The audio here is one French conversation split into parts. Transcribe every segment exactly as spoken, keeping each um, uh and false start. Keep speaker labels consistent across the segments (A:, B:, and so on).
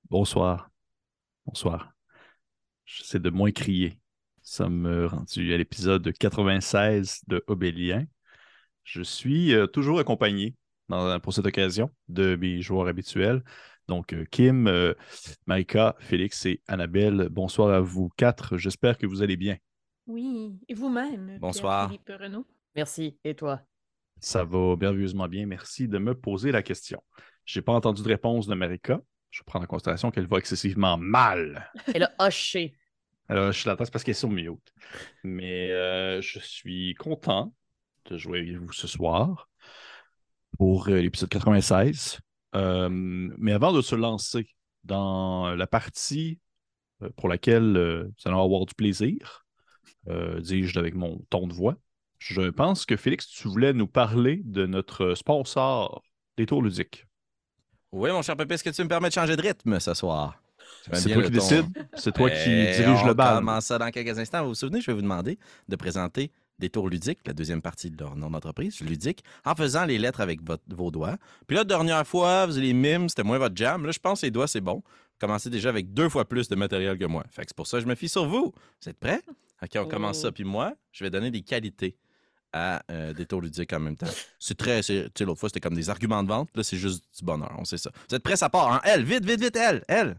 A: Bonsoir. Bonsoir. J'essaie de moins crier. Nous sommes euh, rendus à l'épisode quatre-vingt-seize de Obélien. Je suis euh, toujours accompagné dans- pour cette occasion de mes joueurs habituels. Donc, euh, Kim, euh, Maïka, Félix et Annabelle, bonsoir à vous quatre. J'espère que vous allez bien.
B: Oui, et vous-même,
C: Bonsoir.
B: Pierre-Philippe Renaud?
D: Merci. Et toi?
A: Ça va merveilleusement bien. Merci de me poser la question. Je n'ai pas entendu de réponse de Marika. Je prends en considération qu'elle va excessivement mal.
D: Elle a hoché.
A: Alors, je suis là c'est parce qu'elle est sur mute. Mais euh, je suis content de jouer avec vous ce soir pour euh, l'épisode quatre-vingt-seize. Euh, mais avant de se lancer dans la partie euh, pour laquelle euh, nous allons avoir du plaisir, euh, dis-je avec mon ton de voix, je pense que Félix, tu voulais nous parler de notre sponsor des tours ludiques.
C: Oui, mon cher Pépé, est-ce que tu me permets de changer de rythme ce soir? J'aime
A: C'est
C: bien
A: toi
C: le
A: qui
C: ton.
A: décides, c'est toi qui
C: Eh,
A: dirige le
C: on
A: bal.
C: commence ça dans quelques instants. Vous vous souvenez, je vais vous demander de présenter des tours ludiques, la deuxième partie de leur nom d'entreprise, ludique, en faisant les lettres avec votre- vos doigts. Puis là, dernière fois, vous avez les mimes, c'était moins votre jam. Là, je pense que les doigts, c'est bon. Vous commencez déjà avec deux fois plus de matériel que moi. Fait que c'est pour ça que je me fie sur vous. Vous êtes prêts? OK, on commence ça.
D: Oh.
C: Puis moi, je vais donner des qualités à euh, des tours ludiques en même temps. C'est très. c'est- Tu sais, l'autre fois, c'était comme des arguments de vente. Là, c'est juste du bonheur. On sait ça. Vous êtes prêts? Ça part en L. Vite, vite, vite, L. L.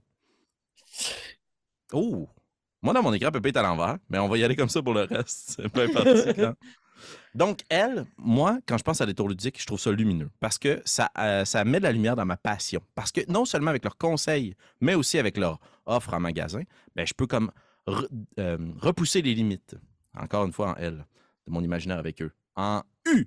C: Oh! Moi, dans mon écran, Pépé est à l'envers, mais on va y aller comme ça pour le reste. C'est pas particulier. Donc, elle, moi, quand je pense à des tours ludiques, je trouve ça lumineux parce que ça, euh, ça met de la lumière dans ma passion. Parce que non seulement avec leurs conseils, mais aussi avec leur offre en magasin, ben, je peux comme re- euh, repousser les limites. Encore une fois, en L, de mon imaginaire avec eux. En U,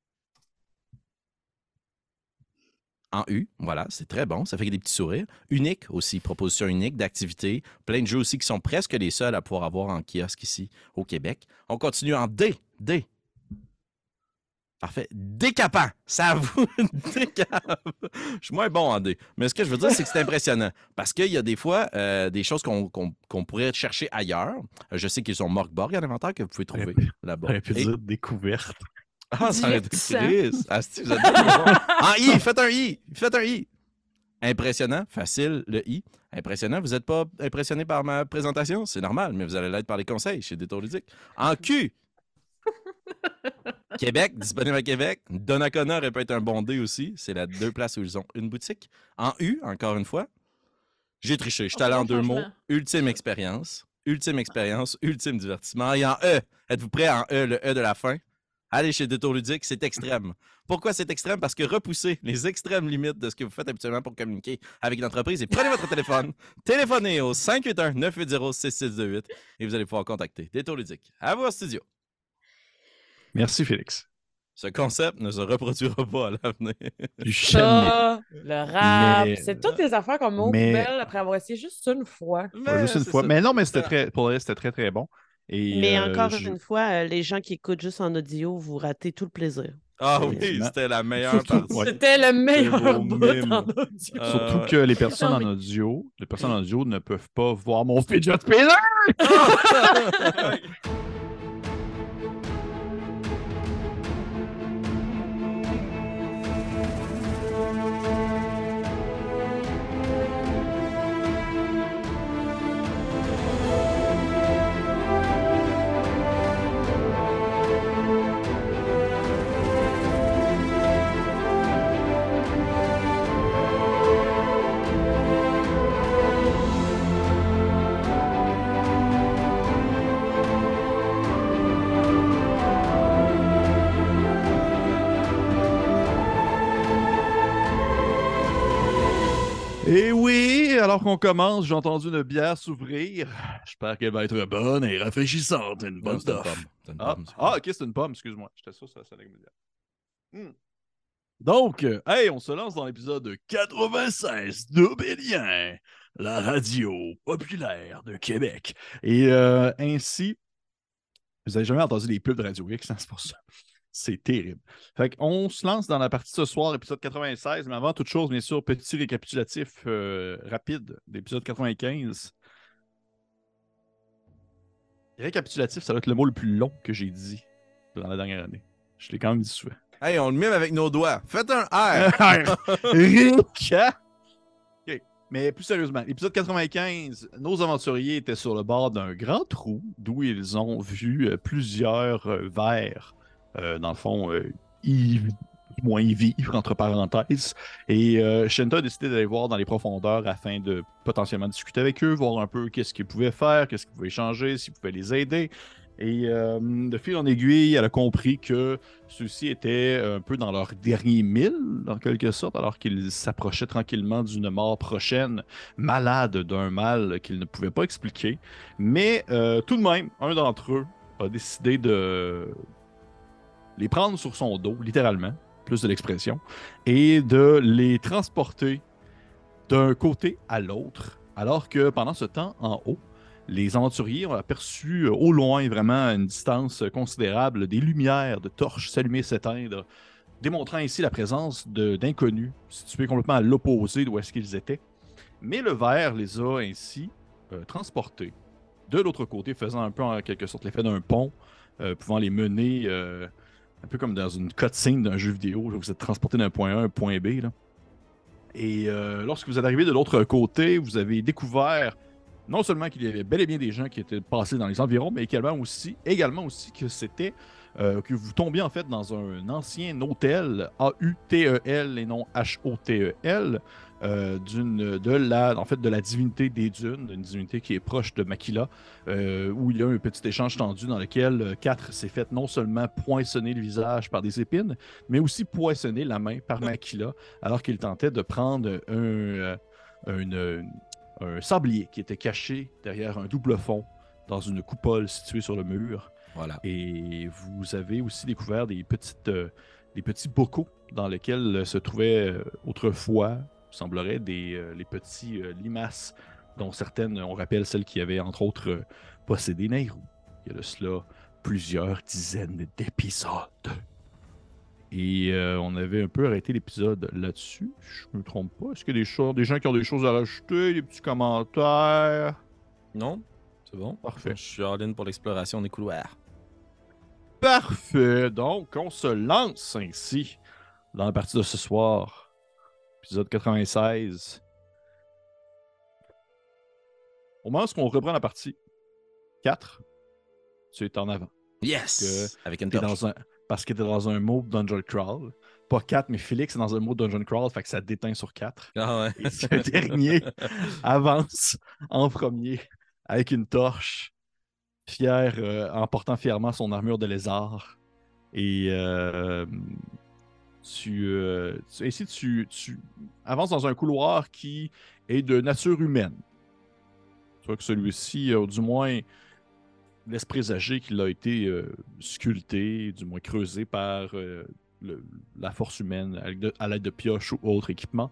C: En U, voilà, c'est très bon. Ça fait des petits sourires. Unique aussi, proposition unique d'activités. Plein de jeux aussi qui sont presque les seuls à pouvoir avoir en kiosque ici au Québec. On continue en D. D. Parfait. Décapant. Ça vous décape. Je suis moins bon en D. Mais ce que je veux dire, c'est que c'est impressionnant. Parce qu'il y a des fois euh, des choses qu'on qu'on- qu'on pourrait chercher ailleurs. Euh, Je sais qu'ils ont Morkborg en inventaire que vous pouvez trouver là-bas.
A: J'aurais pu
C: Et-
A: dire découverte.
C: Ah, ça aurait été
B: Divertissant.
C: Chris. Ah, si, vous êtes bien bon. En I, faites un I. Faites un I. Impressionnant, facile, le I. Impressionnant, vous n'êtes pas impressionné par ma présentation? C'est normal, mais vous allez l'être par les conseils chez Détour Ludique. En Q, Québec, disponible à Québec. Donnacona aurait pu être un bon D aussi. C'est la deux places où ils ont une boutique. En U, encore une fois, j'ai triché. Je suis allé en deux mots.
B: Changement.
C: Ultime expérience. Ultime expérience. Ultime divertissement. Et en E, êtes-vous prêts en E, le E de la fin? Allez chez Détour Ludique, c'est extrême. Pourquoi c'est extrême? Parce que repoussez les extrêmes limites de ce que vous faites habituellement pour communiquer avec l'entreprise et prenez votre téléphone, téléphonez au cinq huit un, neuf huit zéro, six six deux huit et vous allez pouvoir contacter Détour Ludique. À vous en studio.
A: Merci, Félix.
C: Ce concept ne se reproduira pas à l'avenir.
A: Jamais.
D: Ça, le rap,
A: Mais-
D: c'est toutes les affaires qu'on met aux
A: mais-
D: poubelles après avoir essayé juste une fois.
A: Ouais, juste une
C: c'est
A: fois.
C: ça.
A: Mais non, mais c'était
C: Ça-
A: très, pour le reste, c'était très, très bon. Et,
E: Mais
A: euh,
E: encore
A: je-
E: une fois, euh, les gens qui écoutent juste en audio, vous ratez tout le plaisir.
C: Ah
E: C'est-
C: oui,
A: Effectivement.
C: c'était la meilleure
A: Surtout-
C: partie.
A: ouais.
D: C'était le meilleur
C: beau
D: bout
C: mime.
D: en audio.
C: Euh,
A: Surtout
C: ouais.
A: que les personnes
B: Non,
A: en
B: mais-
A: audio, les personnes en audio ne peuvent pas voir mon fidget spinner. Et oui, alors qu'on commence, j'ai entendu une bière s'ouvrir. J'espère qu'elle va être bonne et rafraîchissante. Une
C: Non,
A: bonne
C: c'est une
A: stuff.
C: pomme. C'est une
A: Ah,
C: pomme, c'est-
A: ah, ok, c'est une pomme, excuse-moi. J'étais sûr que ça allait me dire. Hmm. Donc, euh, hey, on se lance dans l'épisode quatre-vingt-seize d'Obélien, la radio populaire de Québec. Et euh, ainsi, vous n'avez jamais entendu les pubs de Radio X, hein, c'est pour ça. C'est terrible. Fait qu'on se lance dans la partie ce soir, épisode quatre-vingt-seize, mais avant toute chose, bien sûr, petit récapitulatif euh, rapide d'épisode quatre-vingt-quinze. Récapitulatif, ça va être le mot le plus long que j'ai dit dans la dernière année. Je l'ai quand même dit souvent.
C: Hey, on le mime avec nos doigts. Faites un R.
A: Réca. OK. Mais plus sérieusement, l'épisode quatre-vingt-quinze, nos aventuriers étaient sur le bord d'un grand trou d'où ils ont vu euh, plusieurs euh, vers, euh, dans le fond, euh, Yves, moins vivre, entre parenthèses. Et euh, Shenta a décidé d'aller voir dans les profondeurs afin de potentiellement discuter avec eux, voir un peu qu'est-ce qu'ils pouvaient faire, qu'est-ce qu'ils pouvaient changer, s'ils pouvaient les aider. Et euh, de fil en aiguille, elle a compris que ceux-ci étaient un peu dans leur dernier mille, en quelque sorte, alors qu'ils s'approchaient tranquillement d'une mort prochaine, malade d'un mal qu'ils ne pouvaient pas expliquer. Mais euh, tout de même, un d'entre eux a décidé de les prendre sur son dos, littéralement, plus de l'expression, et de les transporter d'un côté à l'autre, alors que pendant ce temps, en haut, les aventuriers ont aperçu au loin, vraiment à une distance considérable, des lumières de torches s'allumer et s'éteindre, démontrant ainsi la présence de- d'inconnus, situés complètement à l'opposé d'où est-ce qu'ils étaient. Mais le ver les a ainsi euh, transportés de l'autre côté, faisant un peu en quelque sorte l'effet d'un pont, euh, pouvant les mener euh, un peu comme dans une cutscene d'un jeu vidéo. Là, vous êtes transporté d'un point A à un point B. Là. Et euh, lorsque vous êtes arrivé de l'autre côté, vous avez découvert non seulement qu'il y avait bel et bien des gens qui étaient passés dans les environs, mais également aussi, également aussi que c'était euh, que vous tombiez en fait dans un ancien hôtel, A U T E L et non H O T E L, euh, d'une, de, la, en fait, de la divinité des dunes, une divinité qui est proche de Makila, euh, où il y a un petit échange tendu dans lequel euh, Quatre s'est fait non seulement poinçonner le visage par des épines, mais aussi poinçonner la main par Makila, alors qu'il tentait de prendre un, euh, une, un sablier qui était caché derrière un double fond dans une coupole située sur le mur.
C: Voilà.
A: Et vous avez aussi découvert des, petites, euh, des petits bocaux dans lesquels se trouvaient euh, autrefois, il semblerait, des, euh, les petits euh, limaces, dont certaines, on rappelle celles qui avaient entre autres euh, possédé Nairou. Il y a de cela plusieurs dizaines d'épisodes. Et euh, on avait un peu arrêté l'épisode là-dessus. Je me trompe pas. Est-ce qu'il y a des, cho- des gens qui ont des choses à rajouter, des petits commentaires?
C: Non? C'est bon?
A: Parfait.
C: Je suis all-in pour l'exploration des couloirs.
A: Parfait. Donc, on se lance ainsi dans la partie de ce soir. Épisode quatre-vingt-seize. Au moment où on reprend la partie quatre, tu es en avant.
C: Yes! Avec une
A: T'es
C: torche.
A: dans un... Parce que tu es dans un mode Dungeon Crawl. Pas quatre, mais Félix est dans un mode Dungeon Crawl, fait que ça déteint sur quatre.
C: Ah ouais.
A: Et ce dernier avance en premier avec une torche, fier, euh, en portant fièrement son armure de lézard. Et euh, tu, euh, tu, ainsi, tu, tu avances dans un couloir qui est de nature humaine. Tu vois que celui-ci, euh, du moins, laisse présager qu'il a été euh, sculpté, du moins creusé par euh, le- la force humaine avec de- à l'aide de pioches ou autres équipements.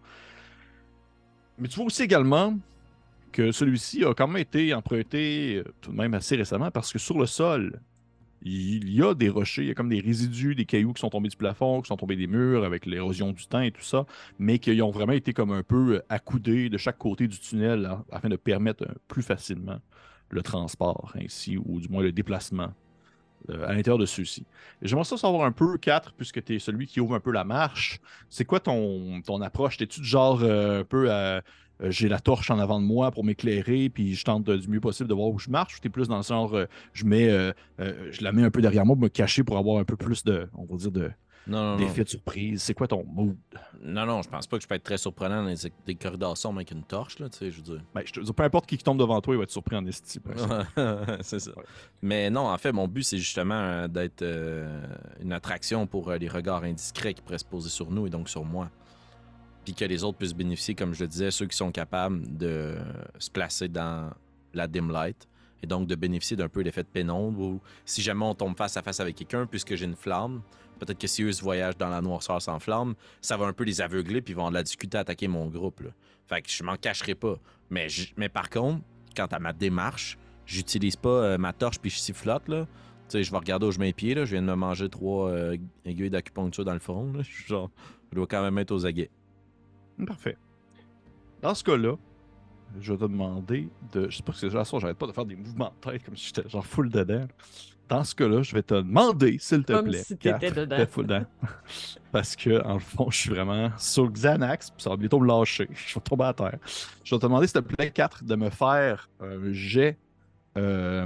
A: Mais tu vois aussi également que celui-ci a quand même été emprunté euh, tout de même assez récemment parce que sur le sol, il y a des rochers, il y a comme des résidus, des cailloux qui sont tombés du plafond, qui sont tombés des murs avec l'érosion du temps et tout ça, mais qui ont vraiment été comme un peu accoudés de chaque côté du tunnel hein, afin de permettre euh, plus facilement le transport ainsi, ou du moins le déplacement euh, à l'intérieur de ceux-ci. Et j'aimerais ça savoir un peu, quatre, puisque tu es celui qui ouvre un peu la marche. C'est quoi ton, ton approche? T'es-tu du genre euh, un peu à, euh, j'ai la torche en avant de moi pour m'éclairer, puis je tente euh, du mieux possible de voir où je marche, ou t'es plus dans le genre, euh, je mets, euh, euh, je la mets un peu derrière moi pour me cacher pour avoir un peu plus de, on va dire, de,
C: Non, non, non.
A: d'effet de surprise. C'est quoi ton mood?
C: Non, non, je pense pas que je peux être très surprenant dans les, des corridors sombres avec une torche, là, tu sais, je veux dire.
A: Ben, je te dis, peu importe qui tombe devant toi, il va être surpris en esti. par exemple.
C: C'est ça.
A: Ouais.
C: Mais non, en fait, mon but, c'est justement euh, d'être euh, une attraction pour euh, les regards indiscrets qui pourraient se poser sur nous et donc sur moi. Puis que les autres puissent bénéficier, comme je le disais, ceux qui sont capables de se placer dans la dim light et donc de bénéficier d'un peu l'effet de pénombre ou si jamais on tombe face à face avec quelqu'un, puisque j'ai une flamme, peut-être que si eux se voyagent dans la noirceur sans flamme, ça va un peu les aveugler puis ils vont avoir de la difficulté à attaquer mon groupe. Là. Fait que je m'en cacherai pas. Mais, j- mais par contre, quant à ma démarche, j'utilise pas euh, ma torche puis je sifflote, là. Tu sais, je vais regarder où je mets les pieds, là. Je viens de me manger trois euh, aiguilles d'acupuncture dans le front, là. Je suis genre, je dois quand même être aux aguets.
A: Parfait. Dans ce cas-là, je vais te demander de. Je sais pas si c'est genre ça, j'arrête pas de faire des mouvements de tête comme si j'étais genre full dedans. dans ce cas-là, je vais te demander, s'il te
D: Comme
A: plaît,
D: si t'étais
A: Kat,
D: dedans.
A: t'es dedans. Parce que, en le fond, je suis vraiment sur le Xanax, puis ça va bientôt me lâcher. Je vais tomber à terre. Je vais te demander, s'il te plaît, quatre, de me faire un jet euh,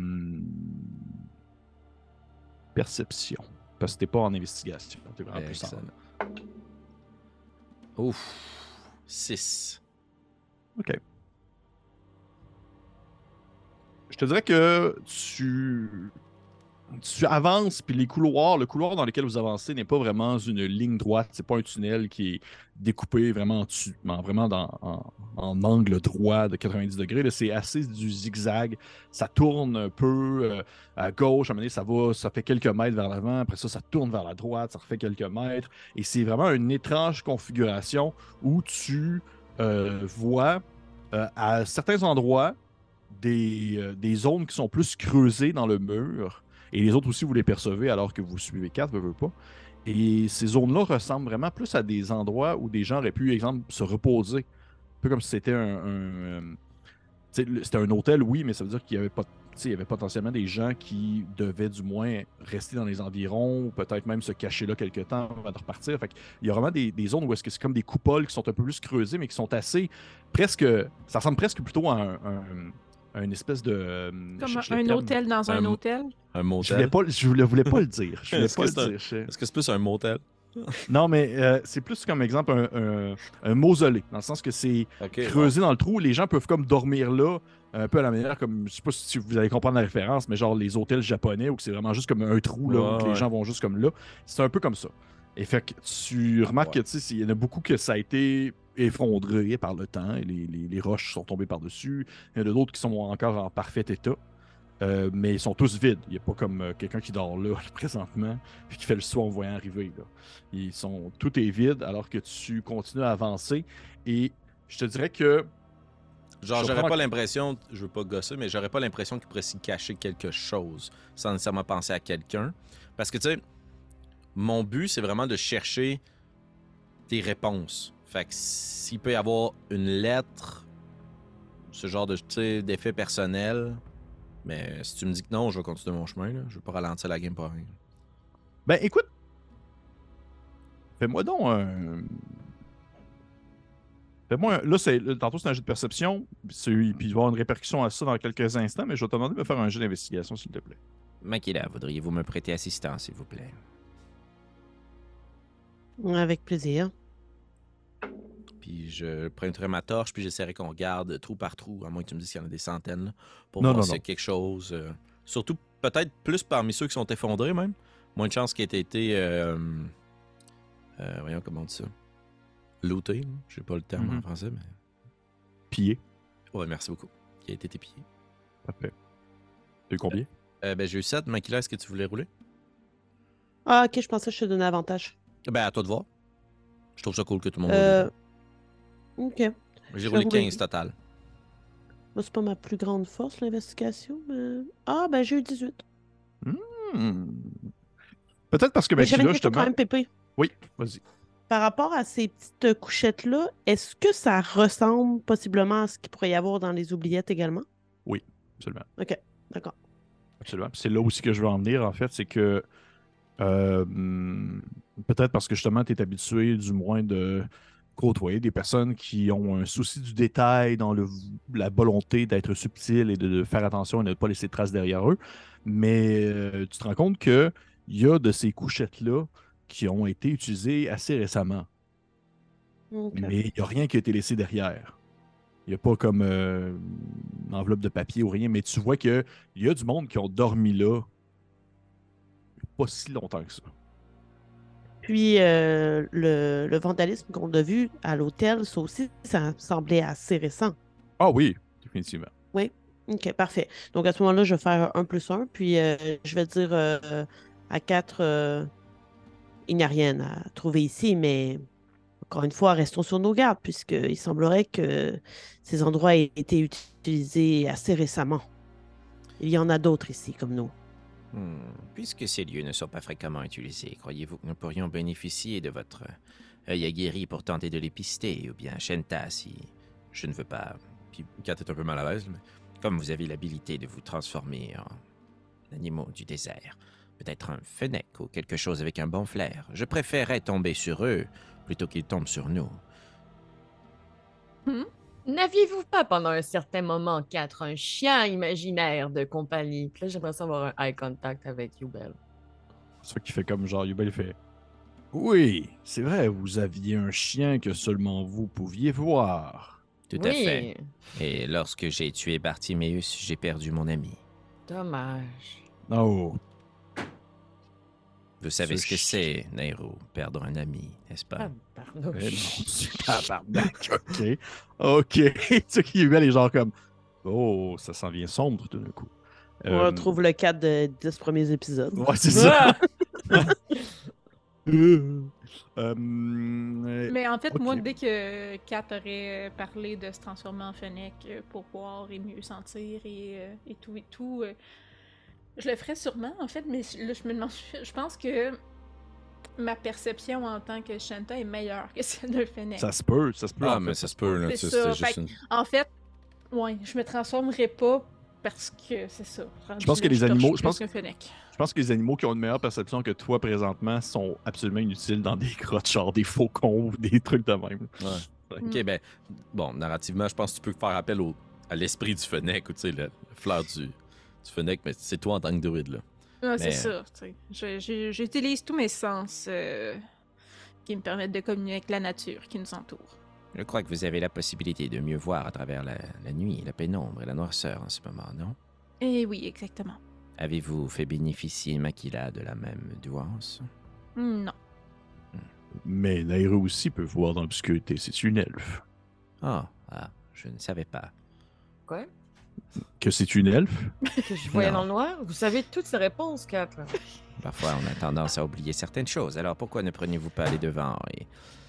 A: perception. Parce que t'es pas en investigation. T'es vraiment plus en...
C: Excellent. Ouf. six.
A: OK. Je te dirais que tu, tu avances, puis les couloirs, le couloir dans lequel vous avancez n'est pas vraiment une ligne droite. C'est pas un tunnel qui est découpé vraiment en, dessus, vraiment dans, en, en angle droit de quatre-vingt-dix degrés. C'est assez du zigzag. Ça tourne un peu euh, à gauche. À un moment donné, ça va, ça fait quelques mètres vers l'avant. Après ça, ça tourne vers la droite. Ça refait quelques mètres. Et c'est vraiment une étrange configuration où tu euh, vois euh, à certains endroits Des, euh, des zones qui sont plus creusées dans le mur. Et les autres aussi, vous les percevez alors que vous suivez quatre, ne veut pas. Et ces zones-là ressemblent vraiment plus à des endroits où des gens auraient pu, exemple, se reposer. Un peu comme si c'était un. un euh, tu sais, le- c'était un hôtel, oui, mais ça veut dire qu'il y avait pas. Tu sais, il y avait potentiellement des gens qui devaient du moins rester dans les environs, ou peut-être même se cacher là quelque temps avant de repartir. Fait il y a vraiment des, des zones où est-ce que c'est comme des coupoles qui sont un peu plus creusées, mais qui sont assez presque. Ça ressemble presque plutôt à un, un- un espèce de. euh, je
B: Comme
A: cherche
B: un,
A: le
B: un
A: terme.
B: hôtel dans un
C: Un-
B: hôtel.
C: Un
A: Je voulais
C: motel.
A: pas, je voulais, voulais pas le dire. Je voulais
C: Est-ce
A: pas
C: que
A: le
C: c'est un-
A: dire. Je-
C: Est-ce que c'est plus un motel?
A: Non, mais euh, c'est plus comme exemple un, un- un mausolée, dans le sens que c'est
C: Ok.
A: creusé dans le trou. Les gens peuvent comme dormir là, un peu à la manière comme, je sais pas si vous allez comprendre la référence, mais genre les hôtels japonais où c'est vraiment juste comme un trou là, où
C: Ouais,
A: que les
C: ouais.
A: gens vont juste comme là. C'est un peu comme ça. Et fait que tu remarques
C: ouais.
A: que tu sais, il y en a beaucoup que ça a été effondré par le temps et les, les- les roches sont tombées par-dessus. Il y en a d'autres qui sont encore en parfait état. Euh, mais ils sont tous vides. Il n'y a pas comme euh, quelqu'un qui dort là présentement et qui fait le saut en voyant arriver. Là. Ils sont, tout est vide alors que tu continues à avancer. Et je te dirais que.
C: Genre,
A: Je
C: j'aurais
A: prends-
C: pas l'impression, je veux pas gosser, mais j'aurais pas l'impression qu'il pourrait s'y cacher quelque chose sans nécessairement penser à quelqu'un. Parce que, tu sais, mon but, c'est vraiment de chercher des réponses. Fait que s'il peut y avoir une lettre, ce genre de, tu sais, d'effet personnel, mais si tu me dis que non, je vais continuer mon chemin, là. Je veux pas ralentir la game pour rien.
A: Ben écoute, fais-moi donc un. Fais-moi un... Là, c'est... là, tantôt, c'est un jeu de perception. C'est... Puis il va y avoir une répercussion à ça dans quelques instants, mais je vais te demander de me faire un jeu d'investigation, s'il te plaît.
C: Makila, voudriez-vous me prêter assistance, s'il vous plaît?
E: Avec plaisir.
C: Puis je prendrai ma torche, puis j'essaierai qu'on regarde trou par trou, à moins que tu me dises qu'il y en a des centaines, là, pour
A: Non,
C: voir
A: non,
C: s'il y a
A: non.
C: quelque chose. euh, surtout, peut-être plus parmi ceux qui sont effondrés, même. Moins de chances qu'il ait été. Euh, euh, voyons comment on dit ça. Looté. là. Je sais pas le terme
A: Mhm.
C: en français, mais.
A: Pillé.
C: Ouais, merci beaucoup. Qui a été épié.
A: Parfait. T'as eu combien?
C: Euh, ben, j'ai eu sept. Makila, est-ce que tu voulais rouler?
E: Ah, ok, je pensais que je te donnais avantage.
C: Ben, à toi de voir. Je trouve ça cool que tout le monde
E: Euh...
C: roule.
E: Ok.
C: J'ai
E: je
C: roulé
E: vais rouler.
C: quinze total.
E: Moi, c'est pas ma plus grande force, l'investigation, mais... Ah, ben j'ai eu dix-huit.
A: Hmm. Peut-être parce que,
E: Mais
A: ben,
E: j'avais
A: là,
E: une question
A: justement.
E: quand même, Pépé.
A: Oui, vas-y.
E: Par rapport à ces petites couchettes-là, est-ce que ça ressemble possiblement à ce qu'il pourrait y avoir dans les oubliettes également?
A: Oui, absolument.
E: Ok, d'accord.
A: Absolument. Puis c'est là aussi que je veux en venir, en fait, c'est que euh, hmm, peut-être parce que justement, tu es habitué, du moins, de côtoyer des personnes qui ont un souci du détail dans le, la volonté d'être subtil et de, de faire attention et de ne pas laisser de traces derrière eux. Mais euh, tu te rends compte qu'il y a de ces couchettes-là qui ont été utilisées assez récemment.
E: Ok.
A: Mais il n'y a rien qui a été laissé derrière. Il n'y a pas comme euh, une enveloppe de papier ou rien, mais tu vois qu'il y a du monde qui ont dormi là pas si longtemps que ça.
E: Puis euh, le, le vandalisme qu'on a vu à l'hôtel, ça aussi, ça me semblait assez récent.
A: Ah oui, définitivement.
E: Oui, ok, parfait. Donc à ce moment-là, je vais faire un plus un, puis euh, je vais dire euh, à quatre, euh, il n'y a rien à trouver ici, mais encore une fois, restons sur nos gardes, puisqu'il semblerait que ces endroits aient été utilisés assez récemment. Il y en a d'autres ici, comme nous.
C: Hmm. Puisque ces lieux ne sont pas fréquemment utilisés, croyez-vous que nous pourrions bénéficier de votre œil aguerri pour tenter de les pister, ou bien Shenta, si je ne veux pas... Puis Kat est un peu mal à l'aise, mais comme vous avez l'habilité de vous transformer en animaux du désert. Peut-être un fennec ou quelque chose avec un bon flair. Je préférerais tomber sur eux plutôt qu'ils tombent sur nous.
B: Hmm?
D: N'aviez-vous pas pendant un certain moment, quatre, un chien imaginaire de compagnie? Puis là, j'aimerais ça avoir un eye contact avec Yubel.
A: C'est ça qui fait comme genre, Yubel, il fait oui, c'est vrai, vous aviez un chien que seulement vous pouviez voir.
C: Tout
D: oui.
C: à fait. Et lorsque j'ai tué Bartiméus, j'ai perdu mon ami.
D: Dommage.
A: Oh.
C: Vous savez
A: Ce
C: ce que
A: ch-
C: c'est, Nairo, perdre un ami, n'est-ce pas?
D: Ah,
A: Eh
D: barnouche.
A: non, c'est tabarnak, ok. Ok. Tu sais qu'il Yubel est genre comme oh, ça s'en vient sombre tout d'un coup.
E: On
A: Euh,
E: retrouve le cadre de dix premiers épisodes.
A: Ouais, c'est ça.
D: Ah!
A: Euh, euh,
B: Mais en fait,
A: ok.
B: moi, dès que Kat aurait parlé de se transformer en fennec euh, pour voir et mieux sentir et, euh, et tout et tout, euh, je le ferais sûrement, en fait, mais là, je me demande, je pense que ma perception en tant que Shanta est meilleure que celle d'un fennec.
A: Ça se peut, ça se peut.
C: Ah,
A: en
C: mais
A: fait,
C: ça se peut, là.
B: C'est
C: tu sais,
B: ça,
C: C'était juste
B: fait
C: une...
B: En fait, ouais, je me transformerai pas parce que c'est ça.
A: Je pense que les
B: Rendu là,
A: animaux-
B: torche
A: je pense-
B: plus qu'un fennec.
A: Je pense que les animaux qui ont une meilleure perception que toi présentement sont absolument inutiles dans des grottes, genre des faucons ou des trucs de même.
C: Ouais.
B: Mm.
C: Ok, ben, bon, narrativement, je pense que tu peux faire appel au, à l'esprit du fennec, ou tu sais, le, le fleur du, du fennec, mais c'est toi en tant que druide, là.
B: Ah, c'est
C: Mais-
B: ça. tu sais. Je- je- J'utilise tous mes sens euh, qui me permettent de communiquer avec la nature qui nous entoure.
C: Je crois que vous avez la possibilité de mieux voir à travers la, la nuit, la pénombre et la noirceur en ce moment, non?
B: Eh oui, exactement.
C: Avez-vous fait bénéficier Makila de la même douance?
B: Hmm, Non.
A: Mais Nairo aussi peut voir dans l'obscurité, c'est une elfe.
C: Ah, ah, je ne savais pas.
D: Quoi?
A: Que c'est une elfe?
D: Que je voyais
C: Non.
D: dans le noir? Vous savez toutes ces réponses, quatre.
C: Parfois, on a tendance à oublier certaines choses, alors pourquoi ne prenez-vous pas les devants et...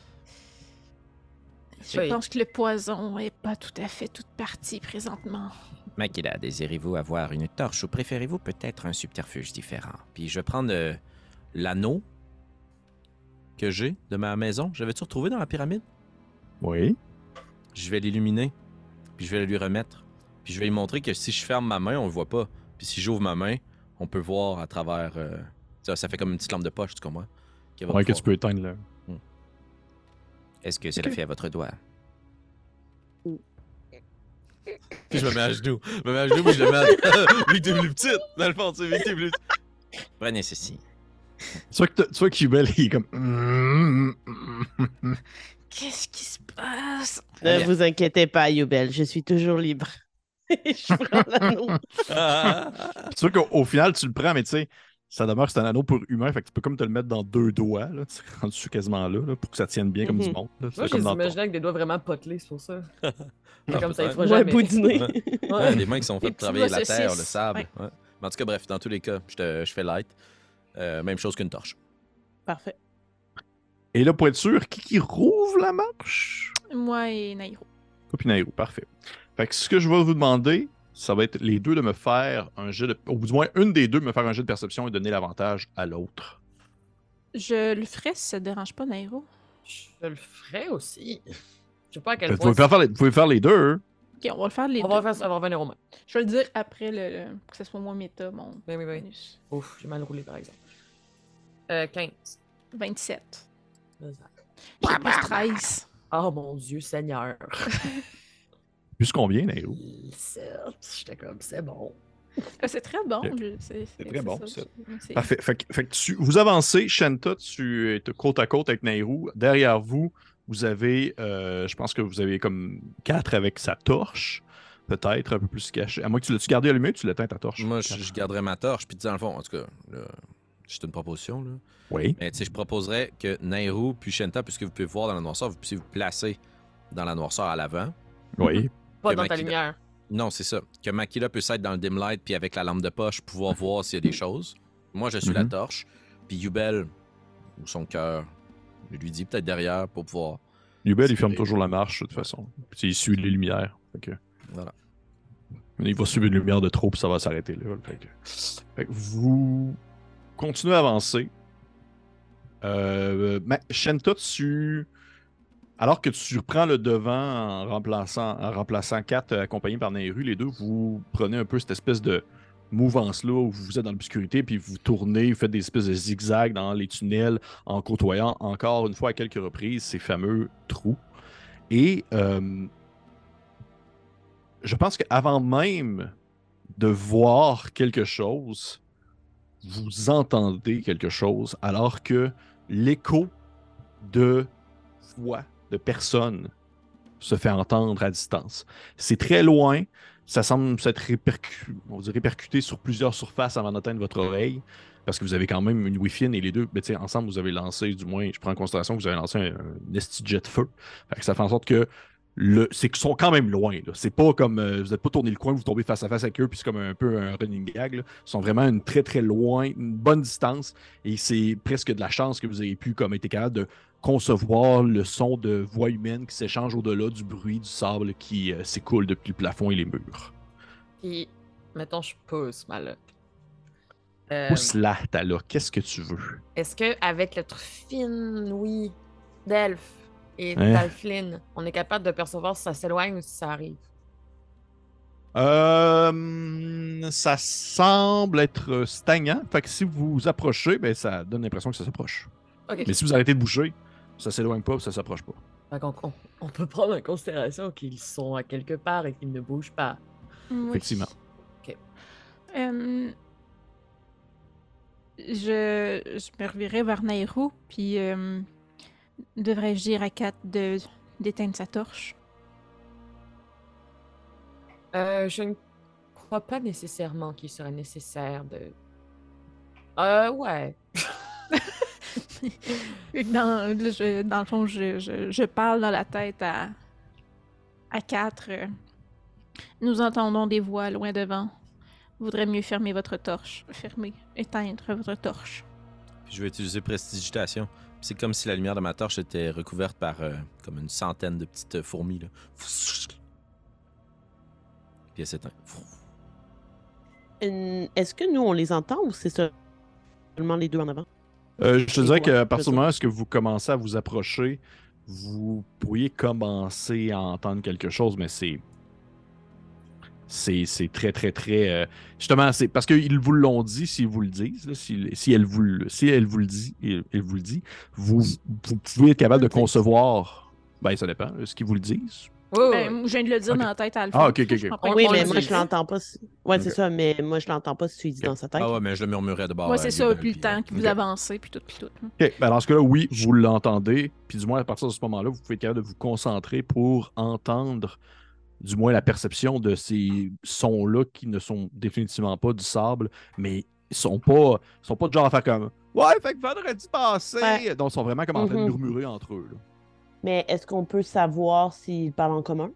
B: Je
D: Oui.
B: pense que le poison est pas tout à fait toute partie présentement.
C: Makila, désirez-vous avoir une torche ou préférez-vous peut-être un subterfuge différent? Puis je vais prendre euh, l'anneau que j'ai de ma maison. J'avais-tu retrouvé dans la pyramide?
A: Oui.
C: Je vais l'illuminer, puis je vais le lui remettre. Puis je vais lui montrer que si je ferme ma main, on le voit pas. Puis si j'ouvre ma main, on peut voir à travers... euh, ça, ça fait comme une petite lampe de poche, tu comprends? Qui va
A: Ouais, que
C: pouvoir-
A: tu peux éteindre là.
C: Est-ce que cela
A: Ok.
C: fait à votre doigt? Puis je me mets à genoux. Je me mets à genoux, puis je le mets à... Vu que t'es plus petite, dans le fond, tu sais, vu que t'es plus... Prenez ceci.
A: Soit que, t'as- soit que Yubel, il est comme.
B: Qu'est-ce qui se passe?
E: Ne
C: Allez.
E: vous inquiétez pas, Yubel, je suis toujours libre. Je prends l'anneau.
A: Tu vois qu'au au final, tu le prends, mais tu sais, ça demeure que c'est un anneau pour humain, fait que tu peux comme te le mettre dans deux doigts, là, tu sais, rendu quasiment là, là, pour que ça tienne bien comme du
E: Mhm.
A: monde. Là, c'est
D: Moi, je
A: comme
D: les
A: dans ton-
D: imaginais avec des doigts vraiment potelés, c'est pour ça.
C: Ah,
D: comme ça, il
C: peut-être.
D: fera
E: Ouais,
D: jamais.
E: boudiner.
C: Ouais.
D: Ouais.
C: Ouais, des mains qui sont
B: Des
C: faites
B: petits
C: travailler
B: doigts
C: la terre, le
B: saucisses.
C: sable.
B: Ouais.
C: Ouais. Mais en tout cas, bref, dans tous les cas, je, te- je fais light. Euh, même chose qu'une torche.
E: Parfait.
A: Et là, pour être sûr, qui qui rouvre la marche?
B: Moi et Nairo.
A: Toi puis Nairo, parfait. Fait que ce que je vais vous demander, ça va être les deux de me faire un jet de... Au bout du moins, une des deux de me faire un jet de perception et donner l'avantage à l'autre.
B: Je le ferais si ça te dérange pas, Nairo.
D: Je le ferais aussi. Je sais pas à quel
A: Vous
D: point.
A: pouvez, faire les, vous pouvez faire les deux.
B: Ok, on va le faire les
D: On
B: deux.
D: va faire ça, on va revenir au moins.
B: Je vais le dire après le, le- que ce soit moi méta, mon
D: Oui, oui, oui.
B: bonus.
D: Ouf, j'ai mal roulé par exemple. Euh, quinze.
B: vingt-sept.
D: Exact.
B: J'ai plus treize.
D: Oh mon Dieu, Seigneur.
A: Plus combien, Nairo?
D: sept. J'étais comme, c'est bon.
B: Ah, c'est très bon.
A: Ok.
B: je- C'est
A: C'est très bon,
B: ça.
A: ça.
B: C'est-
A: Parfait. Fait, que- fait que tu, vous avancez, Shanta, tu es côte à côte avec Nairou. Derrière vous, vous avez, euh, je pense que vous avez comme quatre avec sa torche, peut-être un peu plus caché. À moins que tu l'as-tu gardé allumé ou tu l'éteins ta torche?
C: Moi, je, je garderais ma torche, puis dans le fond, en tout cas, là, c'est une proposition, là.
A: Oui.
C: Mais tu sais, je proposerais que Nairou puis Shenta, puisque vous pouvez voir dans la noirceur, vous puissiez vous placer dans la noirceur à l'avant.
A: Oui.
D: Pas
C: Que
D: dans ta
C: Makila-
D: lumière.
C: Non, c'est ça. Que Makila puisse être dans le dim light, puis avec la lampe de poche, pouvoir voir s'il y a des choses. Moi, je suis la
A: Mhm.
C: torche, puis Yubel, ou son cœur, je lui dis peut-être derrière pour pouvoir.
A: Yubel, il ferme toujours la marche, de toute façon. Puis il suit les lumières. Fait que...
C: Voilà.
A: Il va suivre une lumière de trop, puis ça va s'arrêter là. Fait que... Fait que vous continuez à avancer. Euh, mais Shanta, tu... Alors que tu reprends le devant en remplaçant, en remplaçant Kat, euh, accompagné par Nairu, les deux, vous prenez un peu cette espèce de mouvance-là où vous êtes dans l'obscurité, puis vous tournez, vous faites des espèces de zigzags dans les tunnels en côtoyant encore une fois à quelques reprises ces fameux trous. Et euh, je pense qu'avant même de voir quelque chose, vous entendez quelque chose, alors que l'écho de voix, de personnes, se fait entendre à distance. C'est très loin, ça semble s'être répercu... on va dire répercuté sur plusieurs surfaces avant d'atteindre votre oreille, parce que vous avez quand même une Wi-Fi et les deux, ben, ensemble, vous avez lancé, du moins, je prends en considération que vous avez lancé un, un esti jet de feu. Fait que ça fait en sorte que le... c'est qu'ils sont quand même loin. Là. C'est pas comme euh, vous n'êtes pas tourné le coin, vous tombez face à face avec eux, puis c'est comme un peu un running gag. Là. Ils sont vraiment une très très loin, une bonne distance, et c'est presque de la chance que vous ayez pu comme être capable de concevoir le son de voix humaine qui s'échange au-delà du bruit du sable qui euh, s'écoule depuis le plafond et les murs.
D: Puis, mettons, je pousse ma lotte. Euh,
A: Pousse-la, Tala, qu'est-ce que tu veux?
D: Est-ce qu'avec notre fine oui d'elfe et
A: Hein?
D: d'Alflin, on est capable de percevoir si ça s'éloigne ou si ça arrive?
A: Euh, ça semble être stagnant. Fait que si vous vous approchez, ben, ça donne l'impression que ça s'approche.
D: Ok.
A: Mais si vous arrêtez de bouger, ça s'éloigne pas, ça s'approche pas.
D: Fait qu'on- on, on peut prendre en considération qu'ils sont à quelque part et qu'ils ne bougent pas.
B: Oui.
A: Effectivement.
B: Euh, je, je me revirai vers Nairou, puis euh, devrais-je dire à Kat de d'éteindre sa torche?
D: Euh, je ne crois pas nécessairement qu'il serait nécessaire de... Euh, ouais.
B: Dans, là, je- dans le fond, je, je, je parle dans la tête à, à quatre. euh, Nous entendons des voix loin devant. Vaudrait mieux fermer votre torche. Fermer, éteindre votre torche.
C: Puis je vais utiliser prestidigitation. Puis c'est comme si la lumière de ma torche était recouverte par euh, comme une centaine de petites fourmis. Là. Puis elle s'éteint.
E: Une- Est-ce que nous, on les entend ou c'est seulement les deux en avant?
A: Euh, je te
E: Et
A: dirais
E: quoi,
A: qu'à partir
E: c'est
A: du
E: ça?
A: moment où vous commencez à vous approcher, vous pourriez commencer à entendre quelque chose, mais c'est. C'est, c'est très, très, très. euh, Justement, c'est parce qu'ils vous l'ont dit, s'ils vous le disent, là, si, si, elle vous, le- si elle vous le dit, elle, elle vous le dit, vous, vous pouvez être capable de concevoir. Ben, ça dépend, là, ce qu'ils vous le disent.
D: Oui, oui,
B: Ben,
D: oui.
B: je viens de le dire
A: Ok.
B: dans la tête à Alpha.
A: Ah, ok, ok, ok.
B: Je prends pas
E: Oui,
B: une
E: mais
B: pause.
E: moi, je l'entends pas. Si... Ouais, c'est
A: Ok.
E: ça, mais moi, je l'entends pas si tu lui dis
A: Ok.
E: dans sa tête.
C: Ah ouais, mais je le murmurais de bord.
B: Moi,
C: à
B: c'est
C: Yubel,
B: ça, puis le
C: puis,
B: temps
C: euh,
B: que vous
A: ok.
B: avancez, puis tout, puis tout.
A: OK. Ben, dans ce cas-là, oui, vous l'entendez. Puis du moins, à partir de ce moment-là, vous pouvez être capable de vous concentrer pour entendre, du moins, la perception de ces sons-là qui ne sont définitivement pas du sable, mais ils sont pas, ils sont pas de genre à faire comme Ouais, fait que vendredi passé.
E: Ouais.
A: Donc, ils sont vraiment comme en train de
E: Mhm.
A: murmurer entre eux. là.
E: Mais est-ce qu'on peut savoir s'ils parlent en commun?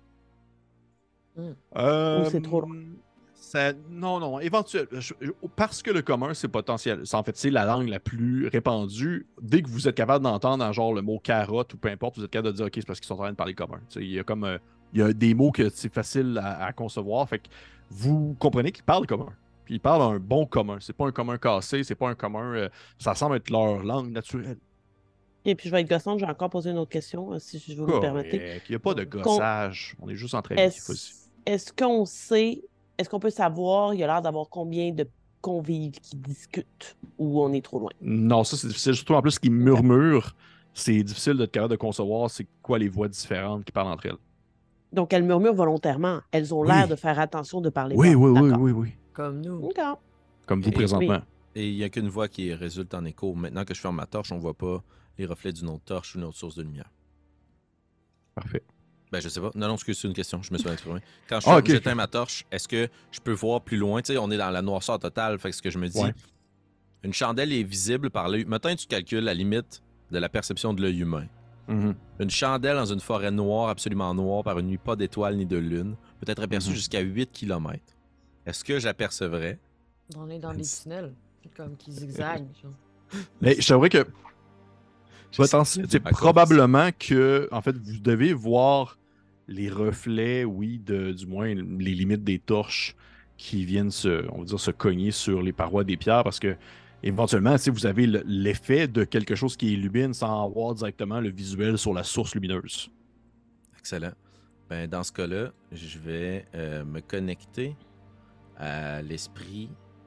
A: Euh,
E: Ou c'est trop loin?
A: ça- non, non, éventuellement. je- je- Parce que le commun, c'est potentiel. c'est- En fait, c'est la langue la plus répandue. Dès que vous êtes capable d'entendre en genre le mot carotte ou peu importe, vous êtes capable de dire OK, c'est parce qu'ils sont en train de parler commun. Tu sais, Il y a comme euh, il y a des mots que c'est facile à, à concevoir. Fait que vous comprenez qu'ils parlent commun. Puis ils parlent un bon commun. C'est pas un commun cassé, c'est pas un commun. euh, ça semble être leur langue naturelle.
E: Et puis, je vais être gossante, je vais encore poser une autre question, euh, si je vous me permettez.
A: Correct. Il n'y a pas de
E: Qu'on-
A: gossage. On est juste entre amis. Vas-y.
E: Est-ce est-ce qu'on sait, est-ce qu'on peut savoir, il y a l'air d'avoir combien de convives qui discutent ou on est trop loin?
A: Non, ça c'est difficile. Surtout en plus qu'ils murmurent, c'est difficile d'être capable de concevoir c'est quoi les voix différentes qui parlent entre elles.
E: Donc, elles murmurent volontairement. Elles ont
A: Oui.
E: l'air de faire attention de parler
A: Oui,
E: bas.
A: oui, oui,
E: D'accord.
A: oui, oui.
D: Comme nous.
E: D'accord.
A: Comme vous
C: Et-
A: présentement.
C: Et il n'y a qu'une voix qui résulte en écho. Maintenant que je ferme ma torche, on voit pas les reflets d'une autre torche ou d'une autre source de lumière.
A: Parfait.
C: Ben, je sais pas. Non, non, excuse, c'est une question. Je me suis exprimé. Quand je
A: Ah,
C: ferme-
A: ok,
C: j'éteins
A: ok.
C: ma torche, est-ce que je peux voir plus loin? Tu sais, on est dans la noirceur totale. Fait que ce que je me dis,
A: Ouais.
C: une chandelle est visible par l'œil. Maintenant, tu calcules la limite de la perception de l'œil humain.
A: Mhm.
C: Une chandelle dans une forêt noire, absolument noire, par une nuit pas d'étoiles ni de lune, peut être aperçue
A: Mhm.
C: jusqu'à huit kilomètres. Est-ce que j'apercevrais?
D: On est dans des tunnels. Comme qui zigzaguent. genre.
A: Mais je t'avouerais que potentiel-
C: sais,
A: c'est
C: à cause-
A: probablement que en fait vous devez voir les reflets, oui, de du moins les limites des torches qui viennent se, on va dire, se cogner sur les parois des pierres parce que éventuellement, si vous avez le- l'effet de quelque chose qui illumine sans avoir directement le visuel sur la source lumineuse.
C: Excellent. Ben, dans ce cas-là, je vais euh, me connecter à l'esprit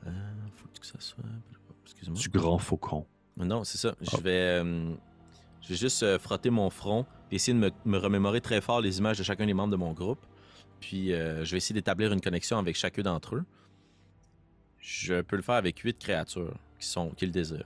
C: Euh, faut que ça soit... Excuse-moi.
A: Du grand faucon.
C: Non, c'est ça.
A: Ah.
C: Je vais, euh, je vais juste euh, frotter mon front et essayer de me, me remémorer très fort les images de chacun des membres de mon groupe. Puis euh, je vais essayer d'établir une connexion avec chacun d'entre eux. Je peux le faire avec huit créatures qui sont qui le désirent.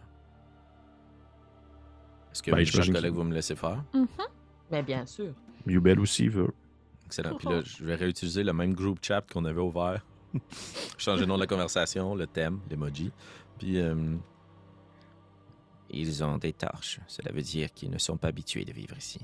C: Est-ce que
A: Ben,
C: mes chers
A: j'imagine
C: collègues
A: que-
C: vont me laisser faire?
B: Mhm.
D: Mais bien sûr.
A: Yubel aussi veut.
C: Excellent. Puis là, je vais réutiliser le même group chat qu'on avait ouvert. Changer le nom de la conversation, le thème, l'emoji. Puis... Euh... Ils ont des torches. Cela veut dire qu'ils ne sont pas habitués de vivre ici.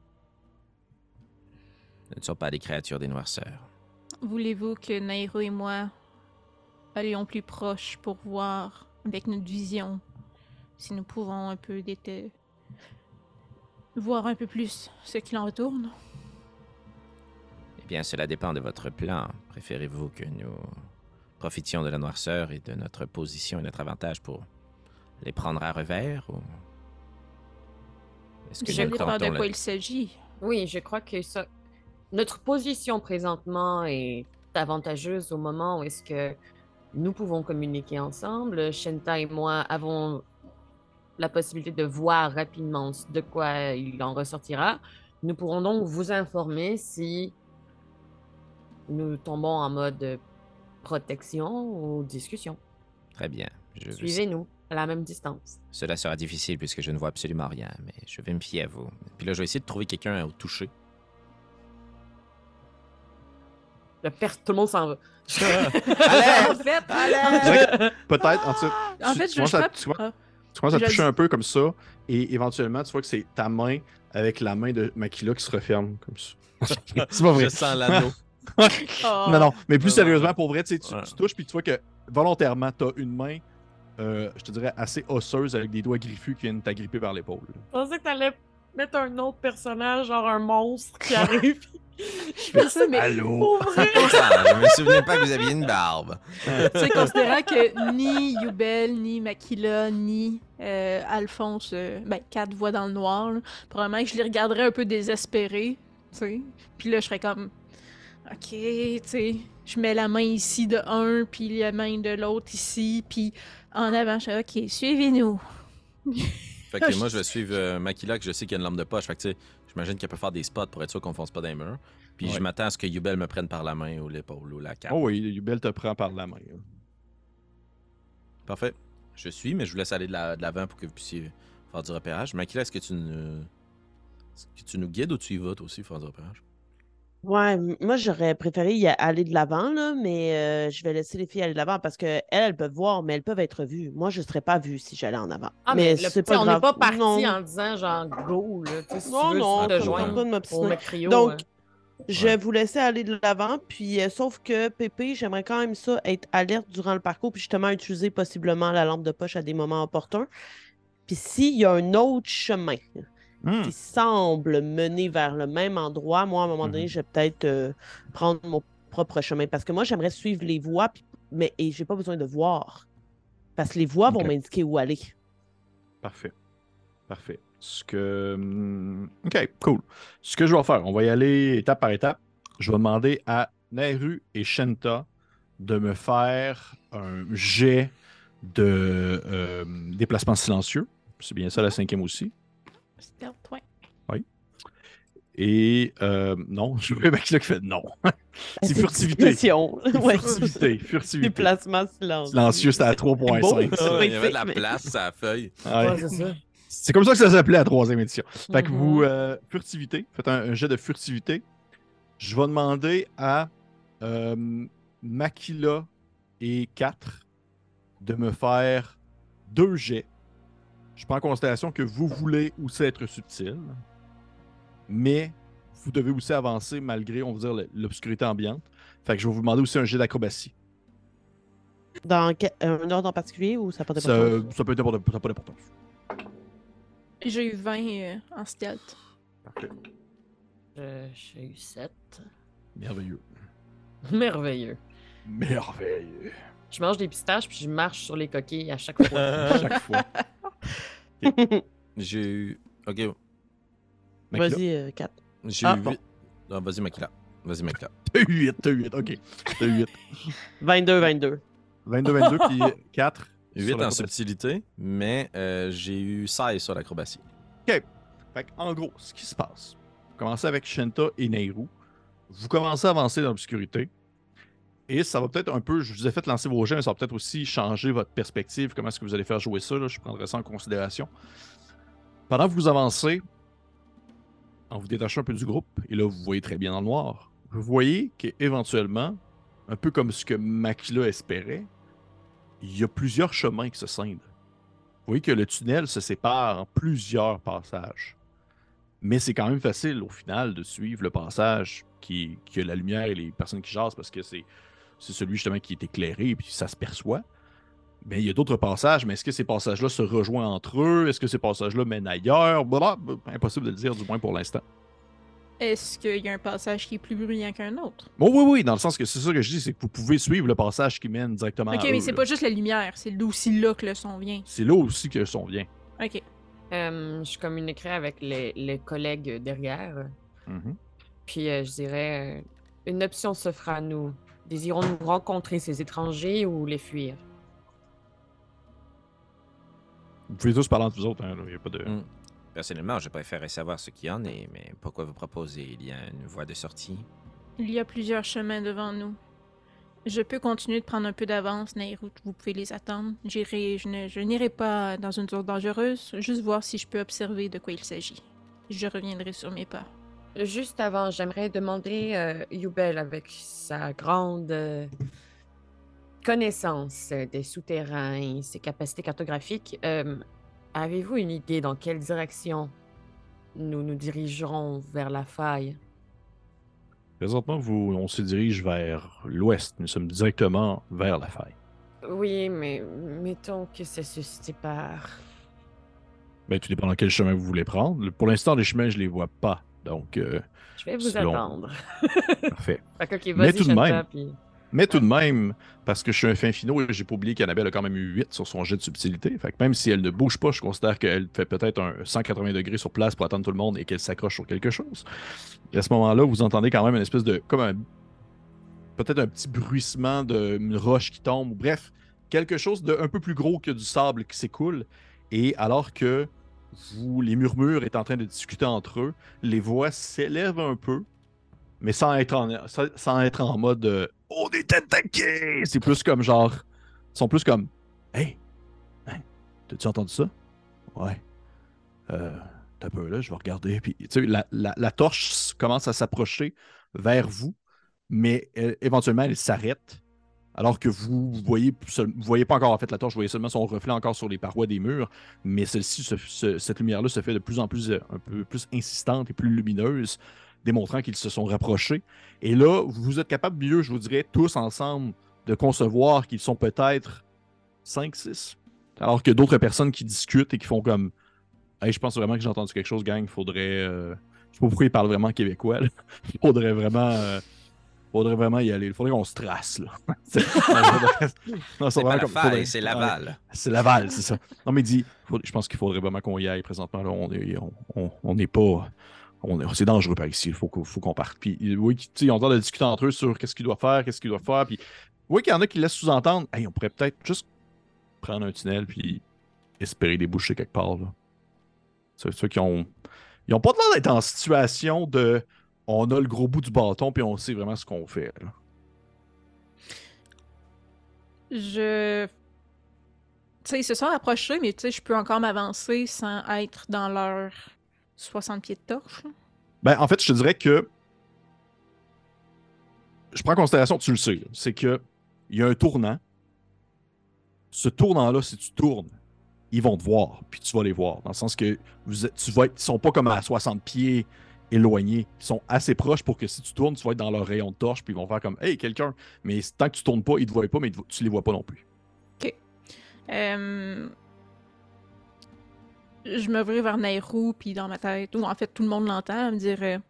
C: Ce ne sont pas des créatures des noirceurs.
B: Voulez-vous que Nairo et moi allions plus proche pour voir avec notre vision si nous pouvons un peu d'été voir un peu plus ce qu'il en retourne?
C: Eh bien, cela dépend de votre plan. Préférez-vous que nous profitions de la noirceur et de notre position et notre avantage pour les prendre à revers ou... Est-ce que
B: Je
C: nous
B: dépend de
C: tentons
B: quoi
C: le-
B: il s'agit.
D: Oui, je crois que ça. Notre position présentement est avantageuse au moment où est-ce que nous pouvons communiquer ensemble. Shenta et moi avons la possibilité de voir rapidement de quoi il en ressortira. Nous pourrons donc vous informer si nous tombons en mode protection ou discussion.
C: Très bien. Je vais-
D: Suivez-nous à la même distance.
C: Cela sera difficile puisque je ne vois absolument rien, mais je vais me fier à vous. Puis là, je vais essayer de trouver quelqu'un au toucher.
D: Le père, tout le monde s'en va.
B: En fait,
A: Peut-être, en tout
B: en
A: tu-
B: fait,
A: tu
B: je
A: commences
B: je
A: à-
B: frappe-
A: tu vois-
B: Ah.
A: tu commences à
B: Je
A: toucher
B: le-
A: un peu comme ça, et éventuellement, tu vois que c'est ta main avec la main de Makila qui se referme comme ça. C'est pas vrai.
C: Je sens l'anneau.
B: Oh.
A: Non, non, mais plus
C: Ouais,
A: sérieusement,
C: ouais.
A: pour vrai, tu, sais, tu,
C: Ouais.
A: tu touches, puis tu vois que volontairement, t'as une main, euh, je te dirais, assez osseuse avec des doigts griffus qui viennent t'agripper par l'épaule.
D: Je pensais que t'allais mettre un autre personnage, genre un monstre qui arrive.
B: C'est ça, mais
A: Allô?
D: Pour vrai.
C: Ah, je me souvenais pas que vous aviez une barbe.
B: tu sais, considérant que ni Yubel, ni Makila, ni euh, Alphonse, euh, ben, quatre voix dans le noir, là, probablement que je les regarderais un peu désespérés, tu sais. Puis là, je serais comme, ok, tu sais, je mets la main ici de un, puis la main de l'autre ici, puis en avant, je serais, ok, suivez-nous.
C: Fait que moi, je vais suivre euh, Makila, que je sais qu'il y a une lampe de poche. Fait que tu sais, j'imagine qu'elle peut faire des spots pour être sûr qu'on fonce pas dans les murs. Puis
A: Ouais.
C: je m'attends à ce que Yubel me prenne par la main ou l'épaule ou la cape.
A: Oh oui, Yubel te prend par la main. là.
C: Parfait. Je suis, mais je vous laisse aller de la- de l'avant pour que vous puissiez faire du repérage. Makila, est-ce que tu nous... est-ce que tu nous guides ou tu y vas toi aussi faire du repérage?
E: Ouais, m- moi j'aurais préféré y a- aller de l'avant, là, mais euh, je vais laisser les filles aller de l'avant parce qu'elles, elles peuvent voir, mais elles peuvent être vues. Moi, je ne serais pas vue si j'allais en avant.
D: Ah, mais,
E: mais
D: le
E: c'est
D: petit,
E: pas
D: on
E: grave.
D: n'est pas parti
E: Non.
D: en disant genre go, là. Tu sais, si
E: Non,
D: tu veux,
E: non,
D: tu te
E: ça me
D: joindre
E: tente pas de
D: au
E: m'obstiner.
D: Macrio.
E: Donc,
D: hein.
E: Je
C: Ouais.
E: vous laisser aller de l'avant, puis euh, sauf que Pépé, j'aimerais quand même ça, être alerte durant le parcours, puis justement utiliser possiblement la lampe de poche à des moments opportuns. Puis s'il y a un autre chemin
A: Hmm.
E: qui semble mener vers le même endroit, moi, à un moment donné,
A: Mhm.
E: je vais peut-être euh, prendre mon propre chemin. Parce que moi, j'aimerais suivre les voies, puis- mais et j'ai pas besoin de voir. Parce que les voies
A: Ok.
E: vont m'indiquer où aller.
A: Parfait. Parfait. Ce que. hum, Ok, cool. Ce que je vais faire, on va y aller étape par étape. Je vais demander à Nehru et Shenta de me faire un jet de euh, déplacement silencieux. C'est bien ça la cinquième aussi.
B: Stealth, ouais.
A: Et euh, non, je veux Makila qui fait non. C'est
E: C'est
A: furtivité.
E: discrétion. Ouais.
A: Furtivité, furtivité.
E: Déplacement silencieux.
A: Silencieux, c'était à trois virgule cinq.
E: C'est beau.
C: Ah, il y avait de la
E: mais-
C: place sur la feuille.
A: Ouais.
D: Ouais, c'est ça.
A: C'est comme ça que ça s'appelait la troisième édition. Fait que
D: Mhm.
A: vous, euh, furtivité, faites un, un jet de furtivité. Je vais demander à euh, Makila et quatre de me faire deux jets. Je prends en considération que vous voulez aussi être subtil, mais vous devez aussi avancer malgré, on va dire, l'obscurité ambiante. Fait que je vais vous demander aussi un jet d'acrobatie.
E: Dans que- un ordre en particulier ou ça peut
A: Ça,
E: être
A: ça peut être n'importe- ça n'a pas d'importance.
B: J'ai eu vingt euh, en stealth.
A: Parfait.
D: Euh, J'ai eu sept.
A: Merveilleux.
D: Merveilleux.
A: Merveilleux.
D: Je mange des pistaches puis je marche sur les coquilles à chaque fois.
A: À chaque fois.
C: J'ai eu... Ok,
A: Makila.
E: Vas-y, euh, quatre.
C: j'ai
E: Ah,
C: eu
E: bon.
C: huit. Non, vas-y, Makila. Vas-y, Makila.
A: T'as eu huit, t'as eu huit, ok. T'as eu huit.
E: vingt-deux, vingt-deux.
A: vingt-deux vingt-deux, puis quatre.
C: huit en subtilité, mais euh, j'ai eu seize sur l'acrobatie.
A: OK. Fait en gros, ce qui se passe, vous commencez avec Shenta et Nehru. Vous commencez à avancer dans l'obscurité. Et ça va peut-être un peu, je vous ai fait lancer vos jets, mais ça va peut-être aussi changer votre perspective, comment est-ce que vous allez faire jouer ça, là, je prendrai ça en considération. Pendant que vous avancez, en vous détachant un peu du groupe, et là, vous voyez très bien dans le noir, vous voyez qu'éventuellement, un peu comme ce que Makila espérait, il y a plusieurs chemins qui se scindent. Vous voyez que le tunnel se sépare en plusieurs passages. Mais c'est quand même facile, au final, de suivre le passage qui, qui a la lumière et les personnes qui jasent, parce que c'est c'est celui justement qui est éclairé et puis ça se perçoit. Mais il y a d'autres passages, mais est-ce que ces passages-là se rejoignent entre eux? Est-ce que ces passages-là mènent ailleurs? Blablabla. Impossible de le dire, du moins pour l'instant.
B: Est-ce qu'il y a un passage qui est plus bruyant qu'un autre?
A: Bon, oui, oui, dans le sens que c'est ça que je dis, c'est que vous pouvez suivre le passage qui mène directement
B: Ok,
A: à
B: mais
A: eux,
B: c'est
A: là.
B: pas juste la lumière, c'est aussi là que le son vient.
A: C'est là aussi que le son vient.
B: Ok.
D: Euh, je communiquerai avec les, les collègues derrière.
A: Mhm.
D: Puis euh, je dirais, euh, une option s'offre à nous. Désirons-nous rencontrer ces étrangers ou les fuir?
A: Vous pouvez tous parler entre vous autres, hein, là. Il y a pas de...
C: Mm. Personnellement, je préférerais savoir ce qu'il y en est, mais pourquoi vous proposez? Il y a une voie de sortie?
B: Il y a plusieurs chemins devant nous. Je peux continuer de prendre un peu d'avance, Nehru, vous pouvez les attendre. J'irai, je ne, je n'irai pas dans une zone dangereuse, juste voir si je peux observer de quoi il s'agit. Je reviendrai sur mes pas.
D: Juste avant, j'aimerais demander euh, Yubel, avec sa grande euh, connaissance euh, des souterrains et ses capacités cartographiques, euh, avez-vous une idée dans quelle direction nous nous dirigerons vers la faille?
A: Présentement, vous, on se dirige vers l'ouest. Nous sommes directement vers la faille.
D: Oui, mais mettons que ça se sépare.
A: Ben, tout dépend dans quel chemin vous voulez prendre. Pour l'instant, les chemins, je les vois pas. Donc, euh,
D: Je vais vous
A: selon-
D: attendre.
A: parfait.
D: Fait que, ok,
A: Mais
D: vas-y,
A: tout de
D: Shanta,
A: même.
D: puis...
A: Mais tout de même, parce que je suis un fin finot et j'ai pas oublié qu'Annabelle a quand même eu huit sur son jet de subtilité. Fait que même si elle ne bouge pas, je considère qu'elle fait peut-être un cent quatre-vingts degrés sur place pour attendre tout le monde et qu'elle s'accroche sur quelque chose. Et à ce moment-là, vous entendez quand même une espèce de... comme un... peut-être un petit bruissement d'une roche qui tombe. Ou bref, quelque chose de un peu plus gros que du sable qui s'écoule. Et alors que vous, les murmures est en train de discuter entre eux, les voix s'élèvent un peu, mais sans être en, sans, sans être en mode euh, on est attaqué! C'est plus comme genre. Ils sont plus comme hey! Hein, t'as-tu entendu ça? Ouais. Euh, t'as peur là, je vais regarder. Puis, tu sais, la, la, la torche s- commence à s'approcher vers vous, mais elle- éventuellement, elle s'arrête. Alors que vous, vous voyez, seul- vous voyez pas encore en fait la torche, vous voyez seulement son reflet encore sur les parois des murs, mais celle-ci, se- se- cette lumière-là se fait de plus en plus, euh, un peu plus insistante et plus lumineuse, démontrant qu'ils se sont rapprochés. Et là, vous êtes capable mieux, je vous dirais, tous ensemble, de concevoir qu'ils sont peut-être cinq six. Alors que d'autres personnes qui discutent et qui font comme hey, je pense vraiment que j'ai entendu quelque chose, gang, faudrait. Euh... Je sais pas pourquoi ils parlent vraiment québécois. Là. Faudrait vraiment. Euh... Faudrait vraiment y aller. Il faudrait qu'on se trace, là. C'est non,
C: C'est pas
A: vraiment
C: la
A: comme-
C: faille,
A: faudrait-
C: c'est
A: Ouais,
C: Laval.
A: c'est Laval, c'est ça. Non, mais il dit, faut- je pense qu'il faudrait vraiment qu'on y aille présentement. Là. On est, on, on, on n'est pas. On est- c'est dangereux par ici. Il faut qu'on faut qu'on parte. Puis, oui, tu sais, ils ont le temps de discuter entre eux sur qu'est-ce qu'ils doivent faire, qu'est-ce qu'ils doivent faire. Puis, oui, qu'il y en a qui laissent sous-entendre, hey, on pourrait peut-être juste prendre un tunnel puis espérer déboucher quelque part. Là. C'est ceux qui ont. Ils ont pas l'air d'être en situation de. On a le gros bout du bâton puis on sait vraiment ce qu'on fait. Là.
B: Je... Tu sais, ils se sont approchés, mais tu sais, je peux encore m'avancer sans être dans leur soixante pieds de torche. là.
A: Ben, en fait, je te dirais que. Je prends en considération, tu le sais, là, c'est que il y a un tournant. Ce tournant-là, si tu tournes, ils vont te voir, puis tu vas les voir. Dans le sens que vous êtes- tu vas être, ils sont pas comme à soixante pieds éloignés. Ils sont assez proches pour que si tu tournes, tu vas être dans leur rayon de torche, puis ils vont faire comme hey, quelqu'un. Mais tant que tu tournes pas, ils te voient pas, mais ils te vo- tu les vois pas non plus.
B: Euh... Je me vais vers Nehru, puis dans ma tête, ou en fait tout le monde l'entend, me dire euh,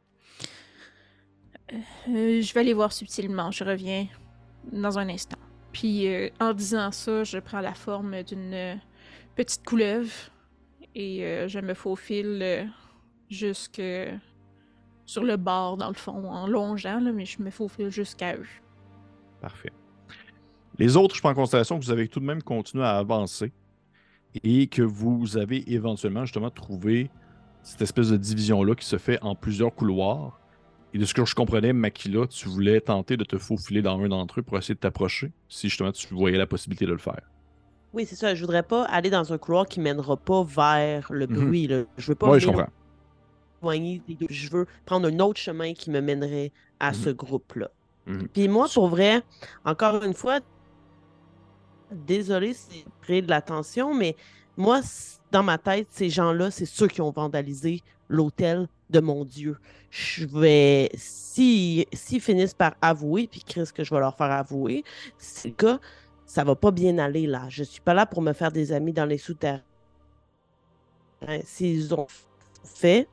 B: euh, je vais aller voir subtilement, je reviens dans un instant. Puis euh, en disant ça, je prends la forme d'une euh, petite couleuvre et euh, je me faufile euh, jusque sur le bord, dans le fond, en longeant, là, mais je me faufile jusqu'à eux.
A: Parfait. Les autres, je prends en considération que vous avez tout de même continué à avancer et que vous avez éventuellement justement trouvé cette espèce de division-là qui se fait en plusieurs couloirs. Et de ce que je comprenais, Makila, tu voulais tenter de te faufiler dans un d'entre eux pour essayer de t'approcher, si justement tu voyais la possibilité de le faire.
E: Oui, c'est ça. Je voudrais pas aller dans un couloir qui mènera pas vers le
A: Mhm.
E: bruit. Là. Je veux pas
A: Oui, je comprends.
E: m'éloigner des deux. Je veux prendre un autre chemin qui me mènerait à
A: Mhm.
E: ce groupe-là.
A: Mhm.
E: Puis moi, pour vrai, encore une fois, désolé si créer de l'attention, mais moi, c- dans ma tête, ces gens-là, c'est ceux qui ont vandalisé l'hôtel de mon Dieu. Je vais. Si, s'ils finissent par avouer, puis Chris, que je vais leur faire avouer, c'est le cas, ça va pas bien aller là. Je suis pas là pour me faire des amis dans les souterrains. S'ils ont fait,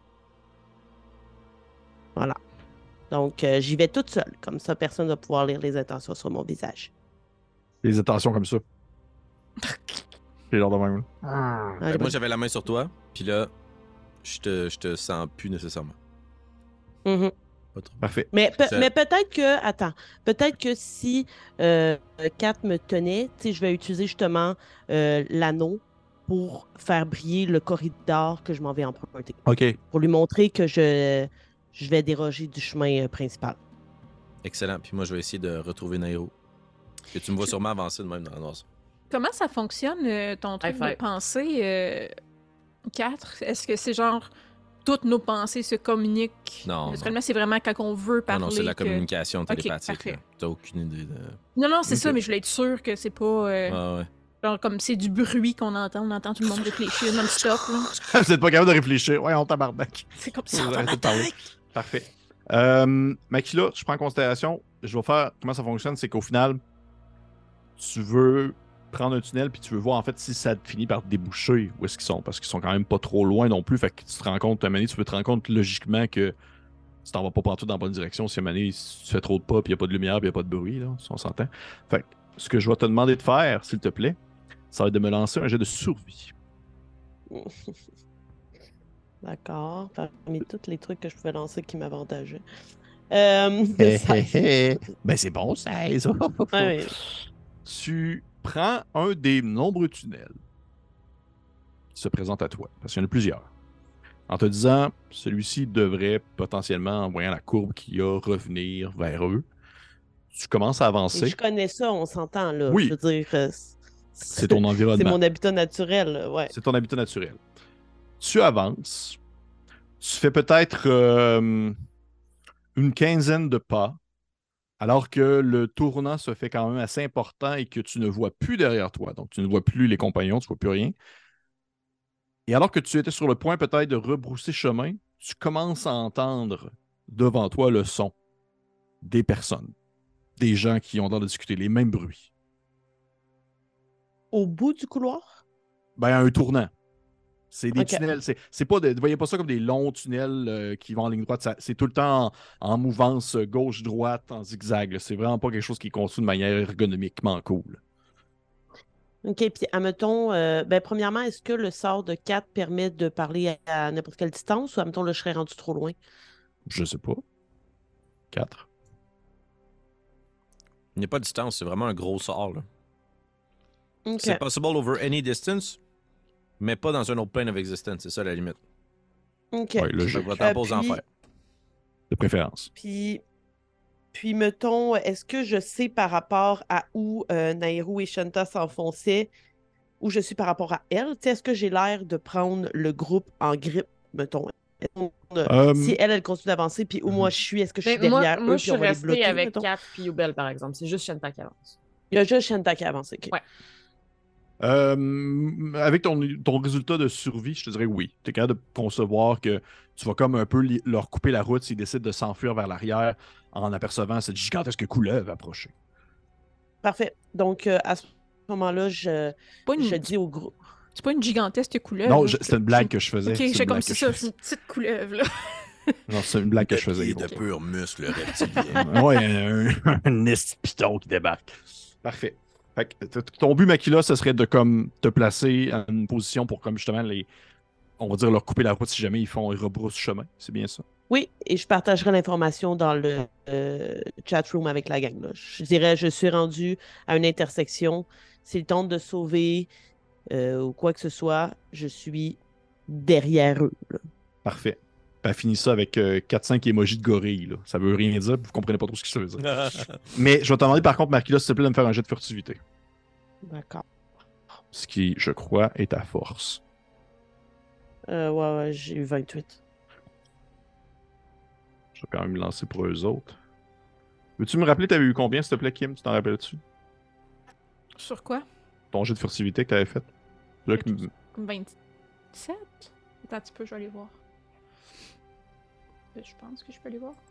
E: voilà. Donc, euh, j'y vais toute seule. Comme ça, personne ne va pouvoir lire les intentions sur mon visage.
A: Les attentions comme ça. J'ai l'air de même.
E: Ah,
C: Ben,
E: j'ai
C: moi,
E: pas-
C: j'avais la main sur toi, puis là, je te, je te sens plus nécessairement.
E: Mhm.
C: Pas trop.
A: Parfait.
E: Mais, pe-
C: Ça-
E: mais peut-être que, attends, peut-être que si euh, Kat me tenait, tu sais, je vais utiliser justement euh, l'anneau pour faire briller le corridor que je m'en vais emprunter.
A: OK.
E: Pour lui montrer que je, je vais déroger du chemin euh, principal.
C: Excellent. Puis moi, je vais essayer de retrouver Nairo. Que tu me vois sûrement avancer de même dans la noirceur.
B: Comment ça fonctionne, euh, ton truc
D: High
B: de
D: five.
B: pensée euh, quatre? Est-ce que c'est genre toutes nos pensées se communiquent?
C: Non,
B: Naturellement, c'est vraiment quand on veut
C: Non,
B: parler.
C: non, c'est la
B: que-
C: communication télépathique.
B: parfait.
C: là. T'as aucune idée de.
B: Non, non, c'est
A: Ok.
B: ça, mais je voulais être sûre que c'est pas. euh,
C: Ah ouais.
B: Genre, comme c'est du bruit qu'on entend, on entend tout le monde réfléchir non-stop. là.
A: Vous êtes pas capable de réfléchir. Ouais, on tabarnak.
B: C'est comme
A: Vous
B: ça.
A: arrêtez de parler. Parfait. Euh, Makila, je prends en considération. Je vais faire comment ça fonctionne. C'est qu'au final, tu veux prendre un tunnel puis tu veux voir en fait si ça finit par déboucher où est-ce qu'ils sont. Parce qu'ils sont quand même pas trop loin non plus. Fait que tu te rends compte, à un moment donné, tu peux te rendre compte logiquement que tu t'en vas pas partout dans la bonne direction. Si à un moment donné, si tu fais trop de pas puis il n'y a pas de lumière puis il n'y a pas de bruit, là, si on s'entend. Fait que ce que je vais te demander de faire, s'il te plaît, ça va être de me lancer un jet de survie.
E: D'accord. Parmi tous les trucs que je pouvais lancer qui m'avantageaient. Euh,
A: Hé,
E: ça-
A: hé, hé. Ben c'est bon, seize.
E: Ouais,
A: Tu prends un des nombreux tunnels qui se présentent à toi, parce qu'il y en a plusieurs. En te disant, celui-ci devrait potentiellement, en voyant la courbe qu'il y a, revenir vers eux. Tu commences à
E: Et
A: avancer.
E: je connais ça, on s'entend là.
A: Oui.
E: Je veux dire, euh,
A: C'est ton
E: c'est
A: environnement.
E: mon habitat naturel, là, ouais.
A: C'est ton habitat naturel. Tu avances. Tu fais peut-être euh, une quinzaine de pas, alors que le tournant se fait quand même assez important et que tu ne vois plus derrière toi. Donc, tu ne vois plus les compagnons, tu ne vois plus rien. Et alors que tu étais sur le point peut-être de rebrousser chemin, tu commences à entendre devant toi le son des personnes, des gens qui ont l'air de discuter, les mêmes bruits.
E: Au bout du couloir?
A: Ben, un tournant. C'est des
E: Ok.
A: tunnels. C'est, c'est pas de, voyez pas ça comme des longs tunnels euh, qui vont en ligne droite. Ça- c'est tout le temps en, en mouvance euh, gauche-droite, en zigzag. là. C'est vraiment pas quelque chose qui est construit de manière ergonomiquement cool.
E: OK, puis admettons, euh, ben, premièrement, est-ce que le sort de quatre permet de parler à, à n'importe quelle distance ou admettons, là, je serais rendu trop loin?
A: Je sais pas. Quatre.
C: Il n'y a pas de distance, c'est vraiment un gros sort. Là.
E: OK.
C: C'est possible over any distance, mais pas dans un autre plane of existence. C'est ça la limite.
E: OK.
A: Ouais,
C: Fait que
A: logique.
C: va t'en
E: Euh,
C: poser en
E: puis-
C: faire.
A: De préférence.
E: Puis, puis, mettons, est-ce que je sais par rapport à où euh, Nairou et Shanta s'enfonçaient, où je suis par rapport à elle? Tu sais, est-ce que j'ai l'air de prendre le groupe en grippe, mettons? Est-ce qu'on, euh,
A: Euh,
E: Si elle, elle continue d'avancer, puis où moi je suis, est-ce que je suis
D: Ben, moi,
E: derrière
D: moi
E: eux,
D: je
E: puis
D: suis
E: on va les
D: restée
E: bloquer,
D: avec
E: mettons?
D: Kat puis Youbel, par exemple. C'est juste Shanta qui avance.
E: Il y a juste Shanta qui avance, OK.
D: Ouais.
A: Euh, avec ton, ton résultat de survie, je te dirais oui. Tu es capable de concevoir que tu vas comme un peu li- leur couper la route s'ils décident de s'enfuir vers l'arrière en apercevant cette gigantesque couleuvre approcher.
E: Parfait. Donc, euh, à ce moment-là, je,
B: Pas une-
E: je dis au groupe.
B: C'est pas une gigantesque couleuvre.
A: Non,
B: là.
A: je- c'était une blague que je faisais.
B: Ok,
A: C'est une
B: j'ai comme
A: blague
B: c'est
A: que
B: ça,
A: je
B: c'est
A: faisais.
B: une petite couleuvre, là.
A: Non, c'est une blague que je faisais.
C: de
A: gros.
C: pur muscle reptilien.
A: Ouais, un, un esti de piton qui débarque. Parfait. Fait que t- ton but, Makila, ce serait de comme te placer en une position pour comme justement les on va dire, leur couper la route si jamais ils font ils rebroussent chemin. C'est bien ça?
E: Oui, et je partagerai l'information dans le euh, chat room avec la gang. Là. Je dirais, je suis rendu à une intersection. S'ils tentent de sauver euh, ou quoi que ce soit, je suis derrière eux. Là.
A: Parfait. Elle finit ça avec euh, quatre cinq emojis de gorille. Là. Ça veut rien dire, vous comprenez pas trop ce que ça veut dire. Mais je vais te demander par contre, Marquilla, s'il te plaît, de me faire un jet de furtivité.
E: D'accord.
A: Ce qui, je crois, est ta force.
E: Euh, ouais, ouais, j'ai eu vingt-huit.
A: Je vais quand même me lancer pour eux autres. Veux-tu me rappeler, t'avais eu combien, s'il te plaît, Kim? Tu t'en rappelles-tu?
B: Sur quoi?
A: Ton jet de furtivité que t'avais fait? Là, que...
B: vingt-sept? Attends un petit peu, je vais aller voir. Je pense que je peux aller voir.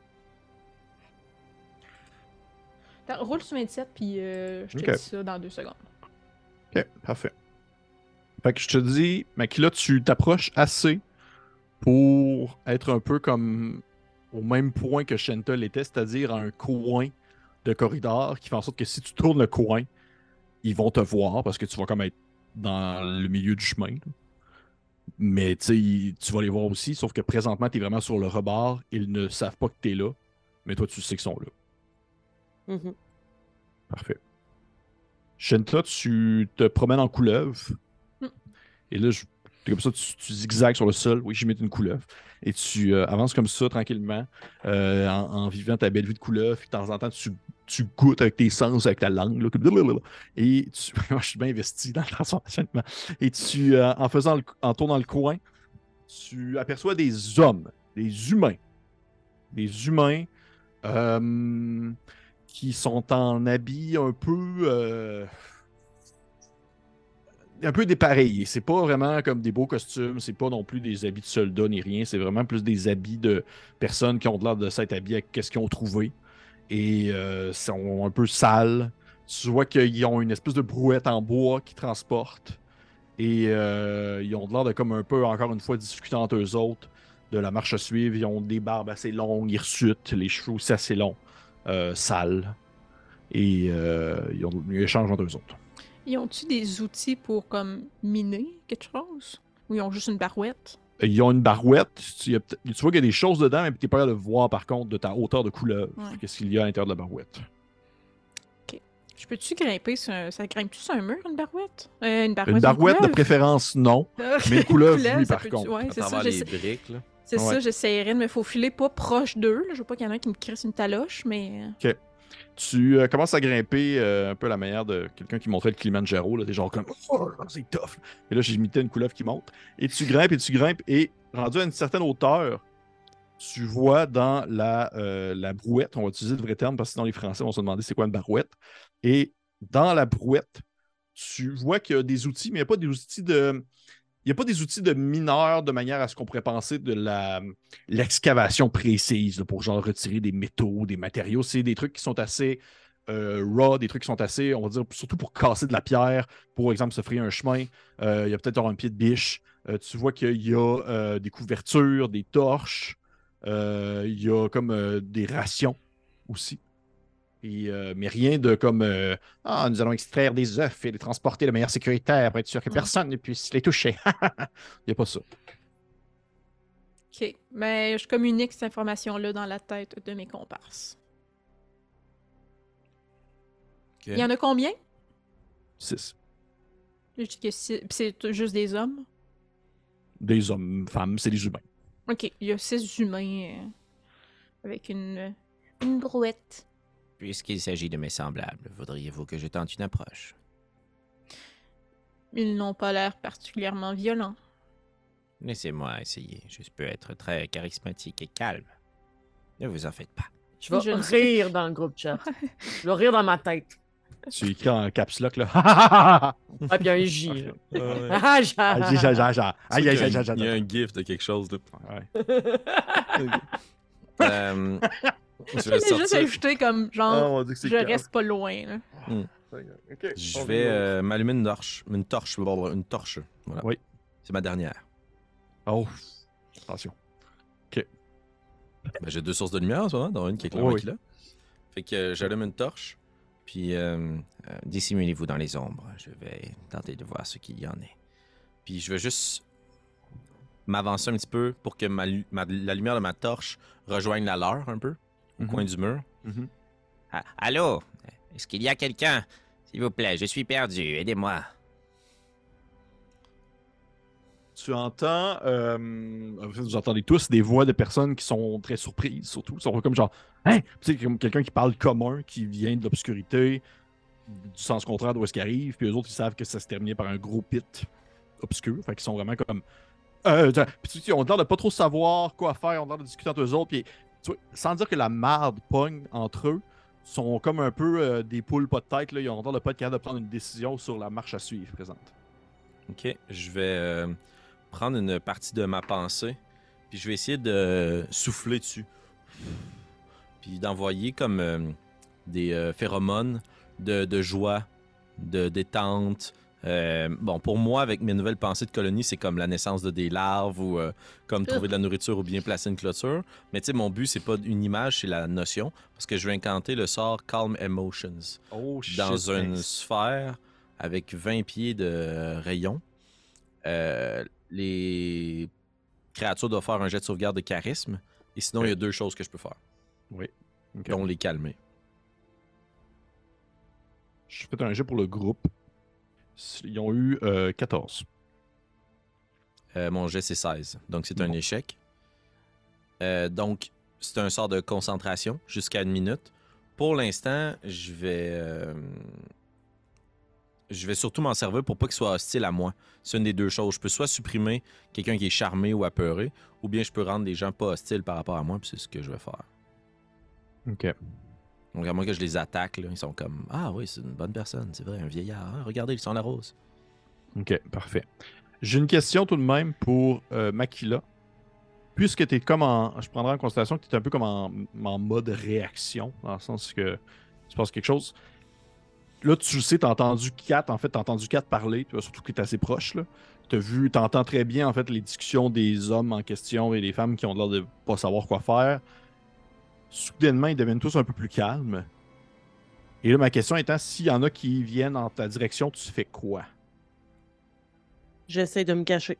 B: Attends, roule sur vingt-sept, puis euh, je te
A: Ok.
B: dis ça dans deux secondes.
A: Ok, parfait. Fait que je te dis, Makila, tu t'approches assez pour être un peu comme au même point que Shenta l'était, c'est-à-dire à un coin de corridor qui fait en sorte que si tu tournes le coin, ils vont te voir parce que tu vas comme être dans le milieu du chemin. Là. Mais tu sais, tu vas les voir aussi, sauf que présentement, tu es vraiment sur le rebord. Ils ne savent pas que tu es là, mais toi, tu sais qu'ils sont là.
E: Mhm.
A: Parfait. Shenta, tu te promènes en couleuvre.
B: Mm.
A: Et là, je, t'es comme ça, tu, tu zigzags sur le sol. Oui, j'y mets une couleuvre. Et tu euh, avances comme ça, tranquillement, euh, en, en vivant ta belle vie de couleuvre. Puis de temps en temps, tu, tu goûtes avec tes sens, avec ta langue. Là, comme... Et tu... Moi, je suis bien investi dans le transformation. Et tu, euh, en faisant le... en tournant le coin, tu aperçois des hommes, des humains. Des humains euh, qui sont en habits un peu... Euh... un peu dépareillé. C'est pas vraiment comme des beaux costumes, c'est pas non plus des habits de soldats ni rien, c'est vraiment plus des habits de personnes qui ont l'air de s'être habillées avec qu'est-ce qu'ils ont trouvé. Et euh, sont un peu sales. Tu vois qu'ils ont une espèce de brouette en bois qui transportent. Et euh, ils ont l'air de comme un peu, encore une fois, discuter entre eux autres de la marche à suivre. Ils ont des barbes assez longues, hirsutes, les cheveux aussi assez longs, euh, sales. Et euh, ils ont ils échangent entre eux autres.
B: Ils ont-tu des outils pour, comme, miner quelque chose? Ou ils ont juste une barouette?
A: Ils ont une barouette. Tu, tu vois qu'il y a des choses dedans, mais tu n'es pas capable de voir, par contre, de ta hauteur de couleuvre.
B: Ouais.
A: Qu'est-ce qu'il y a à l'intérieur de la barouette?
B: Ok. Je peux-tu grimper sur un... Ça grimpe-tu sur un mur, une barouette? Euh, une barouette,
A: Une barouette, de
B: couleuvre?
A: préférence, non. Mais une couleuvre, oui,
B: ça
A: par
B: peut-tu-
A: contre.
B: Ouais,
C: À
B: c'est ça.
C: travers les
B: j'essa-
C: briques, là.
B: C'est
A: Ouais.
B: ça, j'essaierais de me faufiler pas proche d'eux. là. Je veux pas qu'il y en ait un qui me crisse une taloche, mais...
A: Tu euh, commences à grimper euh, un peu à la manière de quelqu'un qui montrait le Kilimanjaro. Là, t'es genre comme oh, c'est tough. Et là, j'imitais une couleuvre qui monte. Et tu grimpes et tu grimpes. Et rendu à une certaine hauteur, tu vois dans la, euh, la brouette, on va utiliser le vrai terme parce que sinon les Français vont se demander c'est quoi une barouette. Et dans la brouette, tu vois qu'il y a des outils, mais il n'y a pas des outils de. Il n'y a pas des outils de mineurs de manière à ce qu'on pourrait penser de la, l'excavation précise là, pour genre retirer des métaux, des matériaux. C'est des trucs qui sont assez euh, raw, des trucs qui sont assez, on va dire, surtout pour casser de la pierre, pour exemple se frayer un chemin. Euh, il y a peut-être un pied de biche. Euh, tu vois qu'il y a euh, des couvertures, des torches. Euh, il y a comme euh, des rations aussi. Et, euh, mais rien de comme euh, ah, nous allons extraire des œufs et les transporter de manière sécuritaire pour être sûr que
B: Mm.
A: personne ne puisse les toucher. Il n'y a pas ça.
B: Ok. Mais je communique cette information-là dans la tête de mes comparses.
C: Ok.
B: Il y en a combien?
A: Six.
B: Je dis que c'est c'est juste des hommes.
A: Des hommes, femmes, c'est des humains.
B: Ok, il y a six humains euh, avec une, une brouette.
C: Puisqu'il s'agit de mes semblables, voudriez-vous que je tente une approche?
B: Ils n'ont pas l'air particulièrement violents.
C: Laissez-moi essayer. Je peux être très charismatique et calme. Ne vous en faites pas.
D: Je vais
B: Je ne sais-
D: rire dans le groupe chat. Je vais rire dans ma tête.
A: Tu écris en caps lock, là. Ah,
D: Ah, puis un J. là.
C: Ouais.
D: Ah, genre.
A: j'ai- j'ai- j'ai- j'ai- aïe, aïe, aïe, aïe,
C: Il y a
A: aïe.
C: un gif de quelque chose. Là.
A: Ouais.
C: Euh, je
B: Je
C: vais
B: l'ai juste
C: sortir.
B: ajouté comme genre,
A: Ah, on dit que c'est
B: je
A: calme.
B: reste pas loin. Là.
A: Ok.
C: Je vais euh, m'allumer une torche. Une torche. blablabla, Une torche. Voilà.
A: Oui.
C: C'est ma dernière.
A: Oh, attention.
C: Ben, j'ai deux sources de lumière en ce moment, dont une qui est clairement
A: Oui.
C: qui est là. Fait que euh, j'allume une torche. Puis euh, euh, dissimulez-vous dans les ombres. Je vais tenter de voir ce qu'il y en est. Puis je vais juste m'avancer un petit peu pour que ma, ma- la lumière de ma torche rejoigne la leur un peu, au
A: Mhm.
C: coin du mur.
A: Mhm.
F: Ah, allô? Est-ce qu'il y a quelqu'un? S'il vous plaît, je suis perdu, aidez-moi.
A: Tu entends, euh, en fait, vous entendez tous des voix de personnes qui sont très surprises, surtout. Ils sont comme genre, hein? Tu sais, comme quelqu'un qui parle commun, qui vient de l'obscurité, du sens contraire d'où est-ce qu'il arrive, puis eux autres, ils savent que ça se terminait par un gros pit obscur. Fait qu'ils sont vraiment comme. Euh, t'as- puis tu sais, on a l'air de pas trop savoir quoi faire, on a l'air de discuter entre eux autres, puis tu vois, sans dire que la marde pogne entre eux, sont comme un peu euh, des poules pas de tête, là. Ils ont l'air de pas être capables de prendre une décision sur la marche à suivre présente.
C: Ok, je vais euh, prendre une partie de ma pensée, puis je vais essayer de souffler dessus. Puis d'envoyer comme euh, des euh, phéromones de, de joie, de détente. Euh, bon, pour moi, avec mes nouvelles pensées de colonie, c'est comme la naissance de des larves ou euh, comme trouver de la nourriture ou bien placer une clôture. Mais tu sais, mon but, c'est pas une image, c'est la notion. Parce que je vais incanter le sort Calm Emotions
A: Oh shit.
C: dans une
A: nice.
C: sphère avec vingt pieds de rayon. Euh, les créatures doivent faire un jet de sauvegarde de charisme. Et sinon, il y a deux choses que je peux faire,
A: Oui. Ok.
C: dont les calmer.
A: Je fais un jet pour le groupe. Ils ont eu euh, quatorze.
C: Euh, mon jet, c'est seize. Donc, c'est un
A: Bon.
C: échec. Euh, donc, c'est un sort de concentration jusqu'à une minute. Pour l'instant, je vais... euh, je vais surtout m'en servir pour pas qu'il soit hostile à moi. C'est une des deux choses. Je peux soit supprimer quelqu'un qui est charmé ou apeuré, ou bien je peux rendre les gens pas hostiles par rapport à moi, puis c'est ce que je vais faire.
A: Ok.
C: Donc, à moins que je les attaque, là, ils sont comme « Ah oui, c'est une bonne personne, c'est vrai, un vieillard. Hein? Regardez, ils sont la rose. »
A: Ok, parfait. J'ai une question tout de même pour euh, Makila. Puisque tu es comme en. Je prendrai en considération que tu es un peu comme en, en mode réaction, dans le sens que tu passes quelque chose. Là, tu le sais, tu as entendu Kat, en fait, tu as entendu Kat parler, tu vois, surtout que tu es assez proche. Tu as vu, tu entends très bien, en fait, les discussions des hommes en question et des femmes qui ont l'air de pas savoir quoi faire. Soudainement, ils deviennent tous un peu plus calmes. Et là, ma question étant, s'il y en a qui viennent en ta direction, tu fais quoi?
E: J'essaie de me cacher.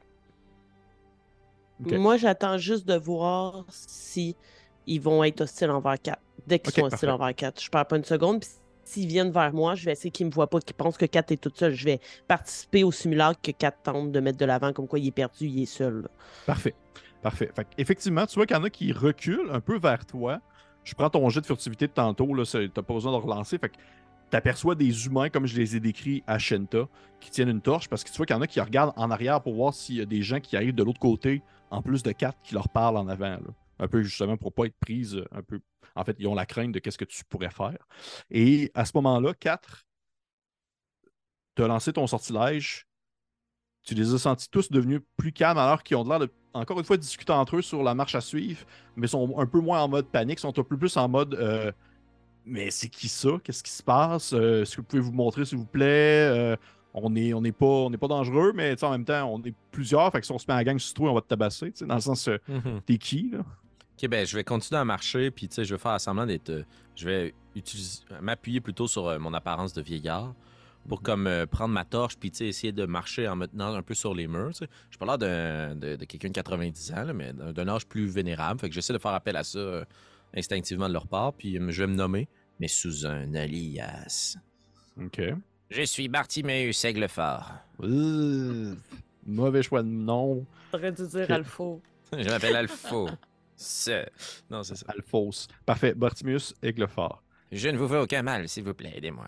A: Ok.
E: Moi, j'attends juste de voir si ils vont être hostiles envers Kat. Dès qu'ils
A: Ok,
E: sont hostiles
A: parfait.
E: envers Kat, je perds pas une seconde. Puis s'ils viennent vers moi, je vais essayer qu'ils me voient pas, qu'ils pensent que Kat est toute seule. Je vais participer au simulacre que Kat tente de mettre de l'avant, comme quoi il est perdu, il est seul. là.
A: Parfait. Parfait. Fait effectivement, tu vois qu'il y en a qui reculent un peu vers toi. Je prends ton jet de furtivité de tantôt, là, c'est- t'as pas besoin de relancer. Fait que t'aperçois des humains, comme je les ai décrits à Shenta, qui tiennent une torche, parce que tu vois qu'il y en a qui regardent en arrière pour voir s'il y a des gens qui arrivent de l'autre côté, en plus de quatre qui leur parlent en avant. là. Un peu justement pour pas être prise euh, un peu. En fait, ils ont la crainte de qu'est-ce que tu pourrais faire. Et à ce moment-là, quatre, tu as lancé ton sortilège. Tu les as sentis tous devenus plus calmes alors qu'ils ont l'air de, encore une fois, discuter entre eux sur la marche à suivre, mais sont un peu moins en mode panique, sont un peu plus en mode euh, mais c'est qui ça? Qu'est-ce qui se passe? Euh, Est-ce que vous pouvez vous montrer, s'il vous plaît? Euh, on n'est on est pas, on est pas dangereux, mais tu sais, en même temps, on est plusieurs, fait que si on se met à la gang sur toi, on va te tabasser, tu sais, dans le sens, euh, t'es qui, là?
C: Ok, ben je vais continuer à marcher, puis tu sais, je vais faire semblant d'être. euh, je vais utiliser, m'appuyer plutôt sur euh, mon apparence de vieillard pour comme euh, prendre ma torche, puis tu sais, essayer de marcher en me tenant un peu sur les murs. Tu sais. Je suis pas l'air d'un- de, de quelqu'un de quatre-vingt-dix ans, là, mais d'un d'un âge plus vénérable. Fait que j'essaie de faire appel à ça euh, instinctivement de leur part, puis euh, je vais me nommer, mais sous un alias.
A: OK.
F: Je suis Bartimeus Aiglefort.
A: Euh, mauvais choix de nom.
D: T'aurais dû dire
A: Ok.
D: Alpho.
F: Je m'appelle Alpho.
C: Ce... Non, c'est ça.
A: Alphonse. Parfait. Bartimius, Aiglefort.
F: Je ne vous veux aucun mal, s'il vous plaît, aidez-moi.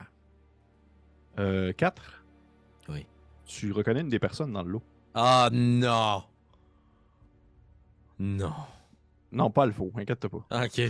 A: Euh, quatre.
C: Oui.
A: Tu reconnais une des personnes dans le lot.
C: Ah non! Non.
A: Non, pas Alpho, inquiète-toi pas.
C: Ok.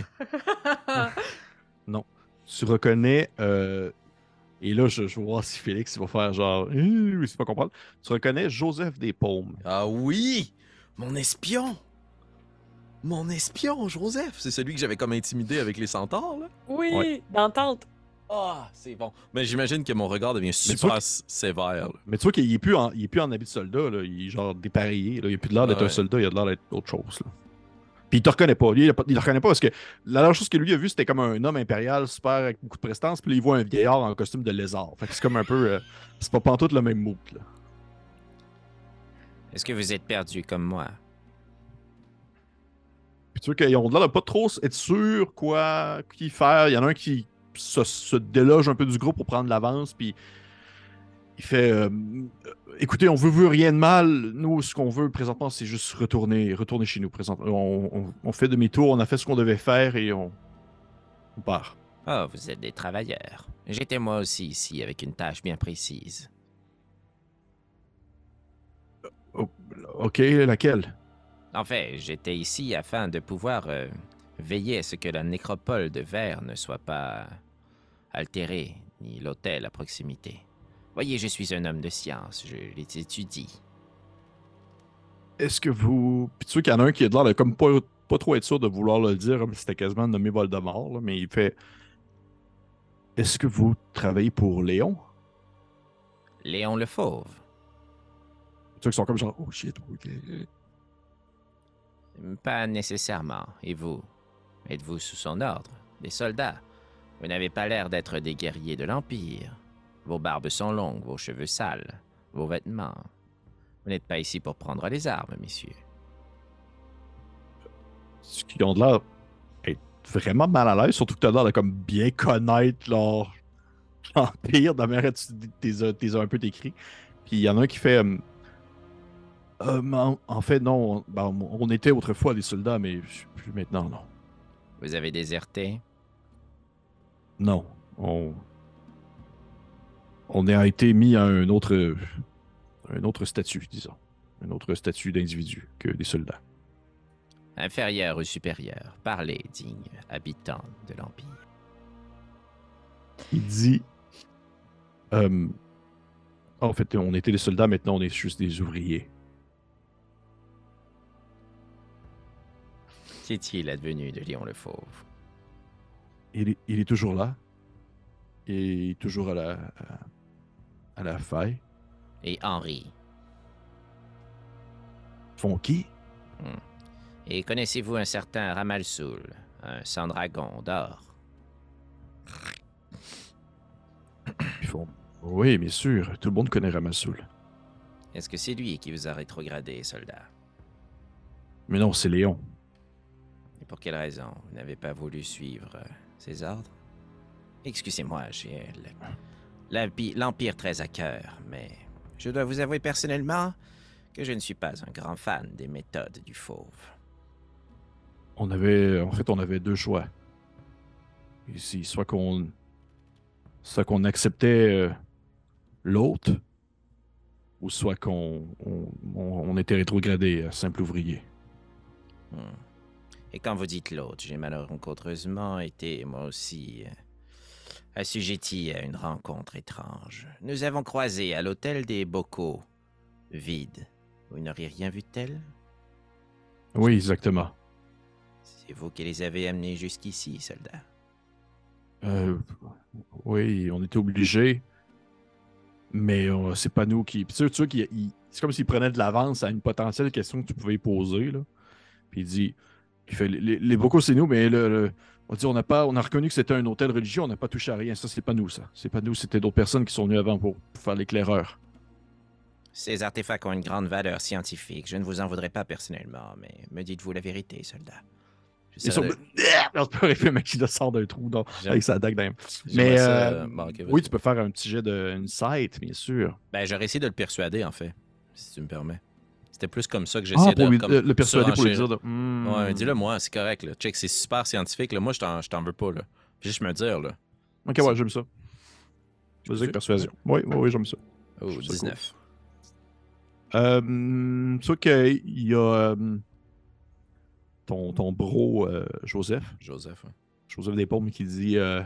A: Non. Tu reconnais. euh, Et là, je, je vais voir si Félix il va faire genre. Euh, il pas comprendre. Tu reconnais Joseph Despaumes.
C: Ah oui! Mon espion! Mon espion, Joseph! C'est celui que j'avais comme intimidé avec les centaures, là?
D: Oui,
A: Ouais.
D: dans Tente.
C: Ah, c'est bon. Mais j'imagine que mon regard devient
A: tu vois
C: super
A: que-
C: s- sévère. là.
A: Mais tu vois qu'il est plus en, il est plus en habit de soldat, là. Il est genre dépareillé. Là. Il a plus de l'air d'être
C: Ouais.
A: un soldat, il a de l'air d'être autre chose. Là. Puis il te reconnaît pas. Lui, il, a pas- il le reconnaît pas parce que la dernière chose que lui a vu, c'était comme un homme impérial super avec beaucoup de prestance. Puis là, il voit un vieillard en costume de lézard. Fait que c'est comme un peu. euh, c'est pas pantoute le même mood. Là.
F: Est-ce que vous êtes perdu comme moi?
A: tu vois qu'ils ont l'air de pas trop être sûrs quoi qui faire. Il y en a un qui se, se déloge un peu du groupe pour prendre l'avance, puis il fait euh, écoutez, on veut, veut rien de mal. Nous, ce qu'on veut présentement, c'est juste retourner, retourner chez nous. Présentement. On, on, on fait demi-tour, on a fait ce qu'on devait faire et on, on part.
F: Oh, vous êtes des travailleurs. J'étais moi aussi ici avec une tâche bien précise.
A: Oh, ok, laquelle?
F: En fait, j'étais ici afin de pouvoir euh, veiller à ce que la nécropole de Verre ne soit pas altérée, ni l'hôtel à proximité. Voyez, je suis un homme de science, je les étudie.
A: Est-ce que vous. Puis tu vois qu'il y en a un qui a l'air de comme pas, pas trop être sûr de vouloir le dire, mais c'était quasiment nommé Voldemort, là, mais il fait. Est-ce que vous travaillez pour Léon?
F: Léon le Fauve.
A: Tu vois qu'ils sont comme genre, oh shit, ok.
F: Pas nécessairement. Et vous? Êtes-vous sous son ordre? Des soldats? Vous n'avez pas l'air d'être des guerriers de l'Empire. Vos barbes sont longues, vos cheveux sales, vos vêtements. Vous n'êtes pas ici pour prendre les armes, messieurs.
A: Ce qui ont de l'air d'être vraiment mal à l'aise, surtout que tu as l'air de comme bien connaître leur empire, de la manière que tu t'es un peu décrit. Puis il y en a un qui fait. Euh, euh, en, en fait, non, on, ben, on était autrefois des soldats, mais plus maintenant, non.
F: Vous avez déserté?
A: Non. On. On a été mis à un autre. Un autre statut, disons. Un autre statut d'individu que des soldats.
F: Inférieur ou supérieur, parlez, digne habitant de l'Empire.
A: Il dit... Euh, en fait, on était des soldats, maintenant on est juste des ouvriers.
F: Qu'est-il advenu de Léon le Fauve?
A: Il est, il est toujours là. Il est toujours à la... à, à la faille.
F: Et Henri?
A: Fonky?
F: Hmm. Et connaissez-vous un certain Ramalsoul, un sans-dragon d'or?
A: Ils font... Oui, bien sûr. Tout le monde connaît Ramassoul.
F: Est-ce que c'est lui qui vous a rétrogradé, soldat?
A: Mais non, c'est Léon.
F: Et pour quelle raison? Vous n'avez pas voulu suivre euh, ses ordres? Excusez-moi, j'ai l'Empire très à cœur, mais je dois vous avouer personnellement que je ne suis pas un grand fan des méthodes du Fauve.
A: On avait... En fait, on avait deux choix. Ici, soit qu'on... Soit qu'on acceptait euh, l'autre, ou soit qu'on on, on, on était rétrogradé à simple ouvrier.
F: Hmm. Et quand vous dites l'autre, j'ai malencontreusement été, moi aussi, euh, assujetti à une rencontre étrange. Nous avons croisé à l'hôtel des bocaux vides. Vous n'auriez rien vu de tel?
A: Oui, exactement.
F: C'est vous qui les avez amenés jusqu'ici, soldat.
A: Euh, oui, on était obligés, mais euh, c'est pas nous qui... Puis tu sais, qu'il- il- c'est comme s'il prenait de l'avance à une potentielle question que tu pouvais poser, là. Puis il dit, il fait, les, les bocaux, c'est nous, mais le, le- on dit, on a pas, on a reconnu que c'était un hôtel religieux, on n'a pas touché à rien. Ça, c'est pas nous, ça. C'est pas nous, c'était d'autres personnes qui sont venues avant pour, pour faire l'éclaireur.
F: Ces artefacts ont une grande valeur scientifique. Je ne vous en voudrais pas personnellement, mais me dites-vous la vérité, soldat.
A: Ils sont...
F: de...
A: Non, c'est pas vrai, mec, il le sort d'un trou dans... avec sa dague dans
F: Mais
A: Mais
F: ça...
A: euh,
F: bon, okay,
A: oui, tu peux faire un petit jet d'insight, bien sûr.
F: Ben, j'aurais essayé de le persuader, en fait, si tu me permets. C'était plus comme ça que
A: Ah,
F: j'essayais
A: pour
F: de
A: lui,
F: comme,
A: le persuader pour lui
F: surenchérir.
A: dire... De... Mm.
F: Ouais, dis-le moi, c'est correct, là. Check, c'est super scientifique, là. Moi, je t'en, je t'en veux pas, là. Puis juste me dire, là.
A: Ok, ouais, j'aime ça. Vas-y avec persuasion. Oui, oui, oui, j'aime ça.
F: Oh, dix-neuf.
A: Cool. Euh, c'est sûr qu'il y a euh, ton, ton bro euh, Joseph.
F: Joseph, ouais.
A: Joseph Despaumes qui dit euh,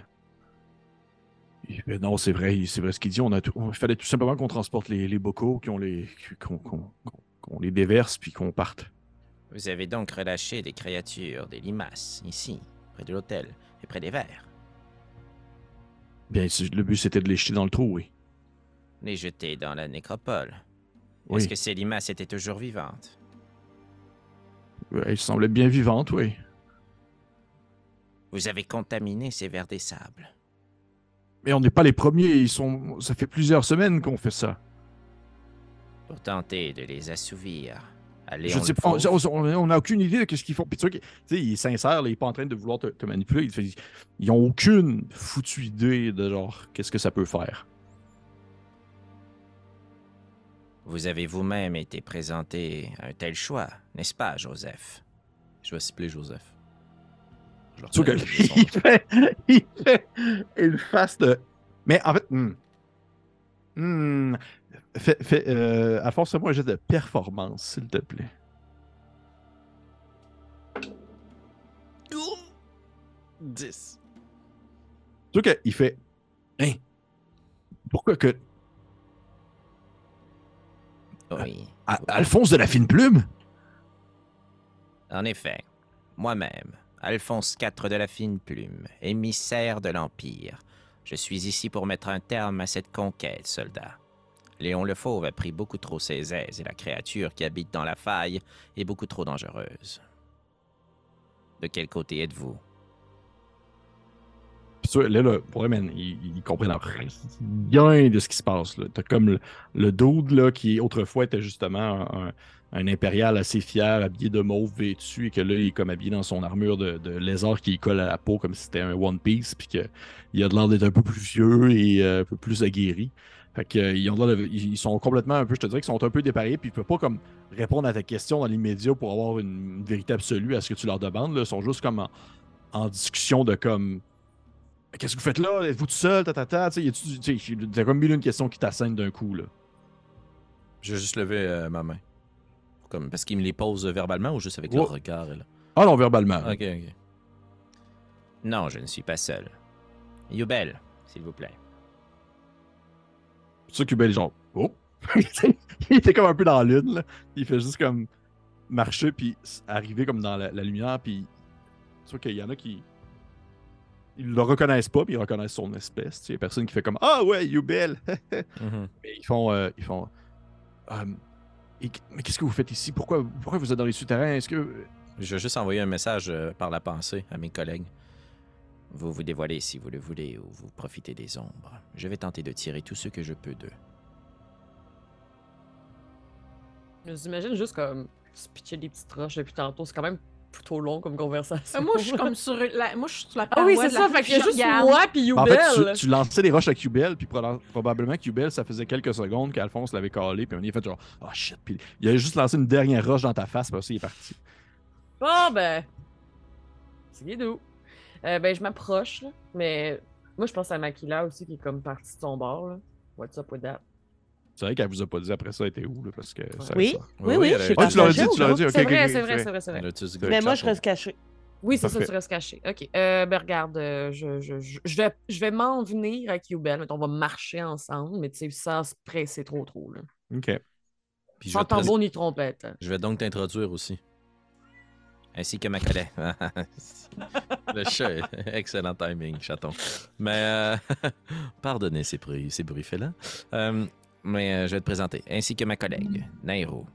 A: il fait, non, c'est vrai, c'est vrai ce qu'il dit. On a tout, il fallait tout simplement qu'on transporte les, les bocaux, qu'on les, qu'on, qu'on, qu'on les déverse puis qu'on parte.
F: Vous avez donc relâché des créatures, des limaces, ici, près de l'hôtel et près des vers.
A: Bien, le but c'était de les jeter dans le trou, oui.
F: Les jeter dans la nécropole.
A: Oui.
F: Est-ce que ces limaces étaient toujours vivantes?
A: Elles semblaient bien vivantes, oui.
F: Vous avez contaminé ces vers des sables.
A: Mais on n'est pas les premiers. Ils sont. Ça fait plusieurs semaines qu'on fait ça.
F: Pour tenter de les assouvir. Allez,
A: Je
F: on
A: sais
F: le
A: pas, on
F: prouve.
A: on- on n'a aucune idée de ce qu'ils font. Puis tu sais, tu sais, il est sincère, là, il est pas en train de vouloir te, te manipuler. Il fait- ils ont aucune foutue idée de genre qu'est-ce que ça peut faire.
F: Vous avez vous-même été présenté à un tel choix, n'est-ce pas, Joseph?
C: Je vais cibler Joseph. Je le
A: Tu vois que
C: reconnais,
A: lui,
C: son-
A: il fait, il fait une face de. Mais en fait, hmm, hmm, fais, fais, euh, Alphonse, fais-moi un geste de performance, s'il te plaît.
C: dix.
A: Tu vois qu'il fait. Hein, pourquoi que.
F: Oui.
A: A- Alphonse de la fine plume?
F: En effet, moi-même, Alphonse quatre de la Fine Plume, émissaire de l'Empire. Je suis ici pour mettre un terme à cette conquête, soldat. Léon le Fauve a pris beaucoup trop ses aises et la créature qui habite dans la faille est beaucoup trop dangereuse. De quel côté êtes-vous?
A: Puis tu vois, là, là, pour vrai, man, ils, ils comprennent rien de ce qui se passe. Là. T'as comme le, le dude, là, qui autrefois était justement un, un- un impérial assez fier, habillé de mauve vêtu, et que là, il est comme habillé dans son armure de, de lézard qui lui colle à la peau comme si c'était un One Piece, puis qu'il a de l'air d'être un peu plus vieux et euh, un peu plus aguerri. Fait que, euh, ils, ont de l'air de- ils ils sont complètement un peu, je te dirais qu'ils sont un peu dépareillés, puis ils peuvent pas comme répondre à ta question dans l'immédiat pour avoir une, une vérité absolue à ce que tu leur demandes. Là. Ils sont juste comme en, en discussion de comme qu'est-ce que vous faites là? Êtes-vous tout seul? Tatata? Tu sais, y a-tu- tu sais, t'as comme mille et une questions qui t'assènent d'un coup, là.
C: Je vais juste lever euh, ma main. Comme, parce qu'il me les pose verbalement ou juste avec
A: Ouais.
C: le regard? Là?
A: Ah non, verbalement. là.
C: Ok, ok.
F: Non, je ne suis pas seul. Yubel, s'il vous plaît.
A: C'est ça que Bell est genre, oh! Il était comme un peu dans la lune, là. Il fait juste comme marcher, puis s- arriver comme dans la, la lumière, puis c'est sûr qu'il y en a qui. Ils le reconnaissent pas, puis ils reconnaissent son espèce. Il y a personne qui fait comme ah ouais, you Bell!
C: Mhm.
A: Mais ils font. euh, ils font euh, et- mais qu'est-ce que vous faites ici? Pourquoi, pourquoi vous êtes dans les souterrains? Est-ce que.
C: Je vais juste envoyer un message euh, par la pensée à mes collègues.
F: Vous vous dévoilez si vous le voulez ou vous profitez des ombres. Je vais tenter de tirer tout ce que je peux d'eux.
D: Je vous imagine juste comme se pitcher des petites roches depuis tantôt. C'est quand même plutôt long comme conversation.
B: Euh, moi, je suis comme sur la, moi, je suis sur la
D: Ah
B: paroi
D: oui, c'est
B: de la
D: ça.
B: foule,
D: Fait qu'il y a
B: puis je
D: juste
B: regarde.
D: moi puis
A: En fait,
D: Youbel.
A: tu, tu lançais des roches à Q-Bell, puis proba- probablement Q-Bell, ça faisait quelques secondes qu'Alphonse l'avait calé, puis on y a fait genre, oh shit, puis il a juste lancé une dernière roche dans ta face, puis après, il est parti.
D: Bon, ben. C'est guidou. Euh, ben, je m'approche, là. Mais moi, je pense à Makila aussi qui est comme partie de son bord, là. What's up with that?
A: C'est vrai qu'elle vous a pas dit après ça, elle était où, là, parce que ça.
E: Oui,
A: ça-
E: oui,
C: Oui,
E: oui,
C: elle a-
E: j'ai
A: Ah, tu l'aurais dit,
E: partagé
A: tu l'aurais
E: aux
A: dit, ok,
D: C'est
A: ok,
D: vrai,
A: ok,
D: c'est vrai, c'est vrai, c'est
C: Elle
D: vrai.
C: a-tu dit
E: autres.
C: good
E: Mais moi,
C: chat
E: je
C: ou-
E: reste caché.
D: Oui, c'est ça,
A: Parfait.
D: tu restes caché. Ok. Euh, ben, regarde, euh, je, je, je, je vais, je vais m'en venir avec Youbel. Mettons, on va marcher ensemble, mais tu sais, sans se presser trop, trop, là.
A: Ok.
C: Puis je
D: Sans
C: vais, te pré-
D: tambour ni trompette.
C: je vais donc t'introduire aussi.
F: Ainsi que ma collègue.
C: Le chat, excellent timing, chaton. Mais, euh, pardonnez ces bruits, ces bruits félins. Euh,
F: Mais euh, je vais te présenter. Ainsi que ma collègue, Nairo.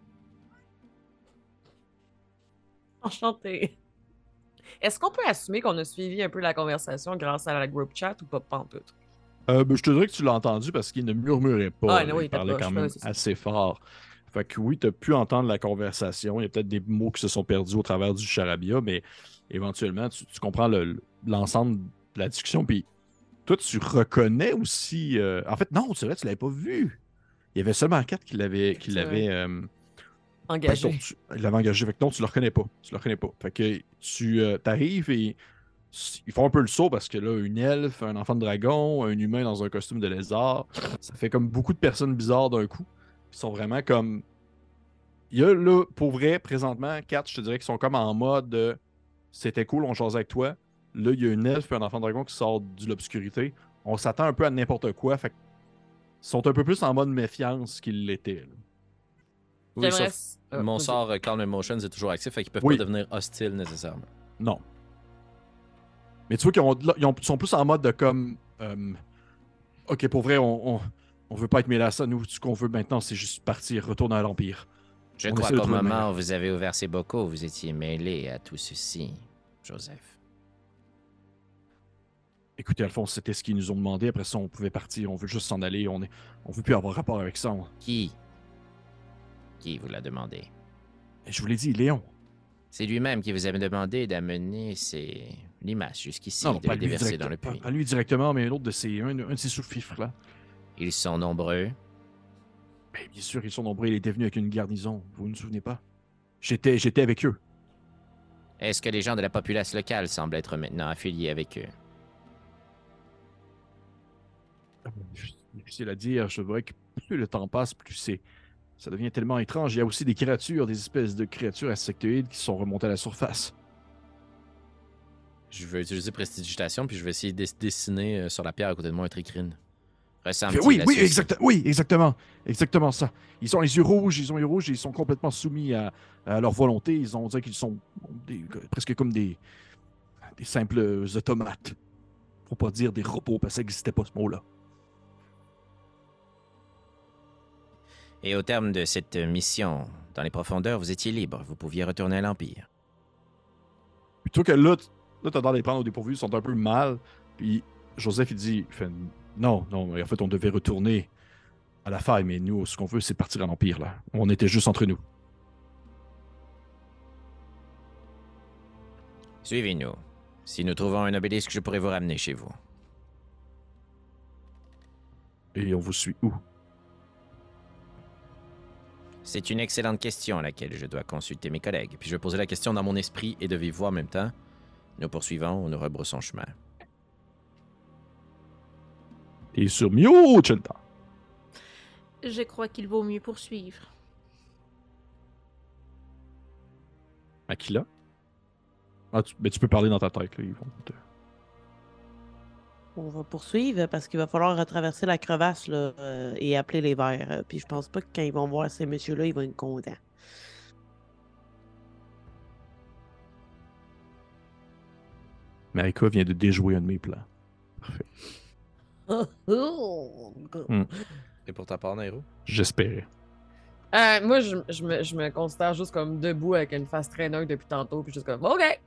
D: Enchanté. Est-ce qu'on peut assumer qu'on a suivi un peu la conversation grâce à la group chat ou pas pantoute?
A: Euh, ben, je te dirais que tu l'as entendu parce qu'il ne murmurait pas.
D: Ah,
A: là,
D: oui,
A: il
D: il était
A: parlait
D: proche,
A: quand
D: ouais,
A: même
D: c'est ça.
A: assez fort. Fait que oui, tu as pu entendre la conversation. Il y a peut-être des mots qui se sont perdus au travers du charabia, mais éventuellement, tu, tu comprends le- l'ensemble de la discussion. Puis toi, tu reconnais aussi. euh, En fait, non, c'est vrai, tu l'avais pas vu. Il y avait seulement quatre qui l'avaient. Qui
D: C'est
A: l'avaient euh,
D: Engagé.
A: fait que non, tu- il l'avait engagé. Fait que non, tu le reconnais pas. Tu le reconnais pas. Fait que tu euh, t'arrives et s- ils font un peu le saut parce que là, une elfe, un enfant de dragon, un humain dans un costume de lézard, ça fait comme beaucoup de personnes bizarres d'un coup. Ils sont vraiment comme. Il y a là, pour vrai, présentement, quatre, je te dirais qu'ils sont comme en mode euh, c'était cool, on jasait avec toi. Là, il y a une elfe et un enfant de dragon qui sort de l'obscurité. On s'attend un peu à n'importe quoi. Fait que ils sont un peu plus en mode méfiance qu'ils l'étaient. là.
C: Oui,
D: J'aimerais.
C: sauf
D: Ah,
C: mon
D: vas-y.
C: sort euh, Calm Emotions est toujours actif, fait qu'ils peuvent
A: Oui.
C: pas devenir hostiles nécessairement.
A: Non. Mais tu vois qu'ils ont- ils ont- sont plus en mode de comme. euh, ok, pour vrai, on, on, on veut pas être mêlés à ça. Nous, ce qu'on veut maintenant, c'est juste partir, retourner à l'Empire.
F: Je
A: On
F: crois
A: essaie de
F: qu'au
A: trouver le
F: moment
A: meilleur.
F: où vous avez ouvert ces bocaux, vous étiez mêlé à tout ceci, Joseph.
A: Écoutez, Alphonse, c'était ce qu'ils nous ont demandé. Après ça, on pouvait partir. On veut juste s'en aller. On est, on veut plus avoir rapport avec ça. On-
F: Qui Qui vous l'a demandé?
A: Je vous l'ai dit, Léon.
F: C'est lui-même qui vous avait demandé d'amener ses limaces jusqu'ici,
A: Non, non,
F: de
A: pas
F: les
A: lui,
F: déverser
A: direct-
F: dans le
A: pas,
F: puits.
A: pas lui directement, mais un autre de ses, un, un de ses sous-fifres, là.
F: Ils sont nombreux.
A: Ben, bien sûr, ils sont nombreux. Il était venu avec une garnison. Vous ne vous souvenez pas? J'étais, j'étais avec eux.
F: Est-ce que les gens de la populace locale semblent être maintenant affiliés avec eux?
A: Difficile à dire. Je vois que plus le temps passe, plus c'est... Ça devient tellement étrange. Il y a aussi des créatures, des espèces de créatures insectoïdes qui sont remontées à la surface.
C: Je vais utiliser prestidigitation, puis je vais essayer de dessiner euh, sur la pierre à côté de moi un tricrine.
F: Ressemble-t-il
A: Oui,
F: à
A: oui,
F: ceux-ci?
A: exact, oui, exactement. Exactement ça. Ils ont les yeux rouges, ils ont les yeux rouges et ils sont complètement soumis à, à leur volonté. Ils ont, on dirait qu'ils sont des- presque comme des, des simples automates. Faut pas dire des robots parce que ça n'existait pas ce mot-là.
F: Et au terme de cette mission, dans les profondeurs, vous étiez libre. Vous pouviez retourner à l'Empire.
A: Plutôt que là, t- là t'as l'air de les prendre au dépourvu, ils sont un peu mal. Puis Joseph, il dit, il fait, non, non, mais en fait, on devait retourner à la faille, mais nous, ce qu'on veut, c'est partir à l'Empire, là. On était juste entre nous.
F: Suivez-nous. Si nous trouvons un obélisque, je pourrai vous ramener chez vous.
A: Et on vous suit où?
F: C'est une excellente question à laquelle je dois consulter mes collègues. Puis je vais poser la question dans mon esprit et de vive voix en même temps. Nous poursuivons ou nous rebroussons chemin.
A: Et sur Mio, Chelta.
B: Je crois qu'il vaut mieux poursuivre.
A: Aquila? Ah, tu, ben, tu peux parler dans ta tête, là. Ils vont te...
E: On va poursuivre parce qu'il va falloir retraverser la crevasse là, euh, et appeler les vers. Euh, Puis je pense pas que quand ils vont voir ces messieurs-là, ils vont être contents.
A: Marika vient de déjouer un de mes plans. Parfait.
C: Et pour ta part, Nairo?
A: J'espérais.
D: Euh, moi, je, je me, je me considère juste comme debout avec une face traîneuse depuis tantôt, puis juste comme, OK!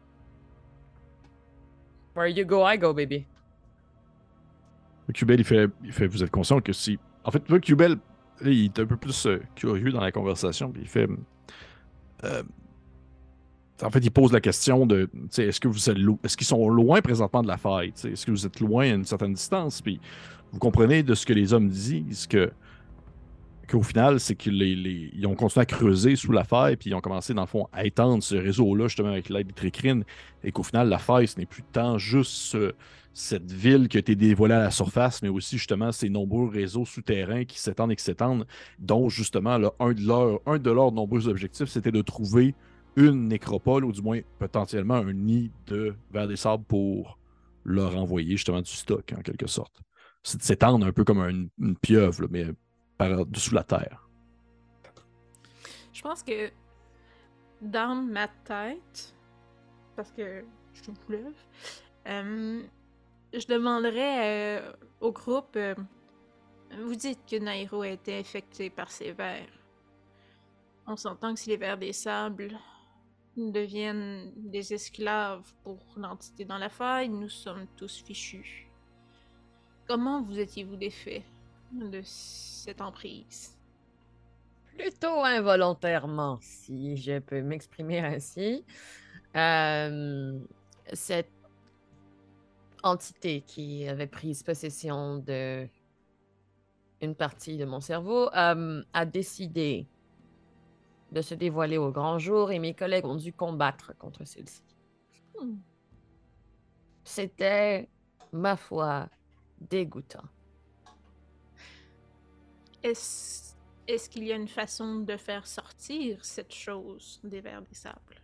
D: Where you go, I go, baby.
A: Cubel, il fait, il fait, vous êtes conscient que si... En fait, là, Cubel, là, il est un peu plus euh, curieux dans la conversation, puis il fait... euh, en fait, il pose la question de, tu sais, est-ce que vous êtes lo- est-ce qu'ils sont loin présentement de la faille? Tu sais, est-ce que vous êtes loin à une certaine distance? Puis vous comprenez de ce que les hommes disent que qu'au final, c'est qu'ils les, les- ils ont continué à creuser sous la faille, puis ils ont commencé, dans le fond, à étendre ce réseau-là, justement, avec l'aide des tricrines, et qu'au final, la faille, ce n'est plus tant juste ce- cette ville qui a été dévoilée à la surface, mais aussi, justement, ces nombreux réseaux souterrains qui s'étendent et qui s'étendent, dont, justement, là, un, de leurs, un de leurs nombreux objectifs, c'était de trouver une nécropole, ou du moins, potentiellement, un nid de vers des sables pour leur envoyer, justement, du stock, en quelque sorte. C'est de s'étendre un peu comme un- une pieuvre, là, mais par dessous la terre.
B: Je pense que dans ma tête, parce que je suis une fleuve, euh, je demanderais euh, au groupe, euh, vous dites que Nairo a été infecté par ces vers. On s'entend que si les vers des sables deviennent des esclaves pour l'entité dans la faille, nous sommes tous fichus. Comment vous étiez-vous défait de cette emprise?
D: Plutôt involontairement, si je peux m'exprimer ainsi. Euh, cette entité qui avait pris possession de une partie de mon cerveau euh, a décidé de se dévoiler au grand jour et mes collègues ont dû combattre contre celle-ci.
B: Hmm.
D: C'était, ma foi, dégoûtant.
B: Est-ce est-ce qu'il y a une façon de faire sortir cette chose des vers des sables?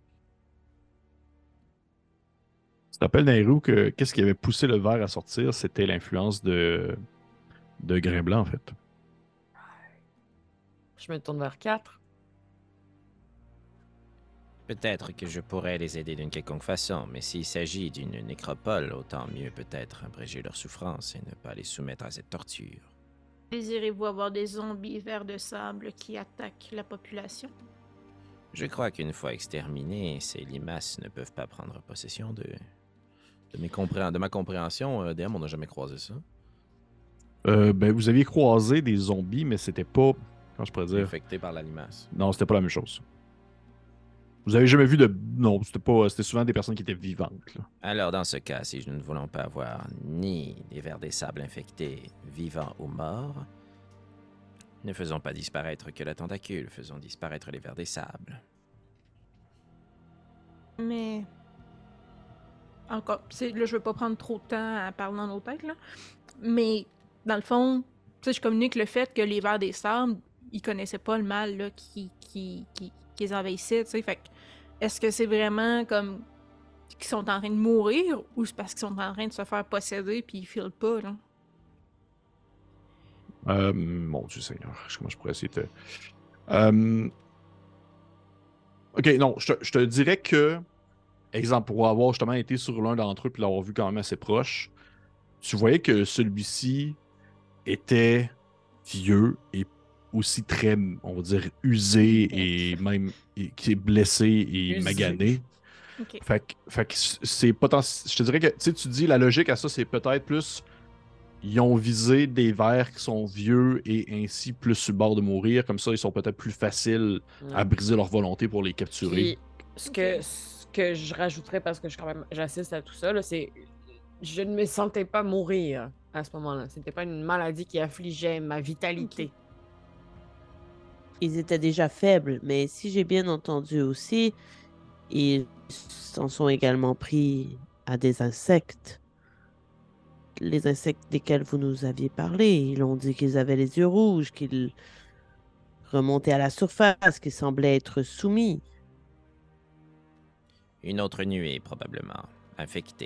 A: Tu te rappelles, Nairou, que qu'est-ce qui avait poussé le verre à sortir? C'était l'influence de, de Grain Blanc, en fait.
D: Je me tourne vers quatre.
F: Peut-être que je pourrais les aider d'une quelconque façon, mais s'il s'agit d'une nécropole, autant mieux peut-être abréger leur souffrance et ne pas les soumettre à cette torture.
B: Désirez-vous avoir des zombies vers de sable qui attaquent la population?
F: Je crois qu'une fois exterminés, ces limaces ne peuvent pas prendre possession d'eux.
C: De, mes compré- de ma compréhension, euh, D M, on n'a jamais croisé ça.
A: Euh, ben, vous aviez croisé des zombies, mais c'était pas... Comment je pourrais dire?
C: Infecté par la limace.
A: Non, c'était pas la même chose. Vous avez jamais vu de... Non, c'était pas... C'était souvent des personnes qui étaient vivantes, là.
F: Alors, dans ce cas, si nous ne voulons pas avoir ni des vers des sables infectés, vivants ou morts, ne faisons pas disparaître que la tentacule, faisons disparaître les vers des sables.
B: Mais. Encore, c'est, là, je veux pas prendre trop de temps à parler dans nos têtes, là. Mais, dans le fond, tu sais, je communique le fait que les vers des sables, ils connaissaient pas le mal, là, qui, qui, qui, qui les envahissait, tu sais. Fait que, est-ce que c'est vraiment comme qu'ils sont en train de mourir ou c'est parce qu'ils sont en train de se faire posséder puis ils filent pas, là?
A: Euh, mon Dieu Seigneur, comment je pourrais essayer de... Euh... Ok, non, je te, je te dirais que, exemple, pour avoir justement été sur l'un d'entre eux puis l'avoir vu quand même assez proche, tu voyais que celui-ci était vieux et aussi très, on va dire, usé et même et, qui est blessé et
D: Usé.
A: magané.
B: Ok.
A: Fait que, fait que c'est potentiel. Je te dirais que, tu sais, tu dis la logique à ça, c'est peut-être plus. Ils ont visé des vers qui sont vieux et ainsi plus sur le bord de mourir. Comme ça, ils sont peut-être plus faciles à
D: Ouais.
A: briser leur volonté pour les capturer.
D: Puis, ce que, ce que je rajouterais, parce que je, quand même, j'assiste à tout ça, là, c'est je ne me sentais pas mourir à ce moment-là. C'était pas une maladie qui affligeait ma vitalité.
E: Ils étaient déjà faibles, mais si j'ai bien entendu aussi, ils s'en sont également pris à des insectes. Les insectes desquels vous nous aviez parlé, ils ont dit qu'ils avaient les yeux rouges, qu'ils remontaient à la surface, qu'ils semblaient être soumis.
F: Une autre nuée, probablement, infectée.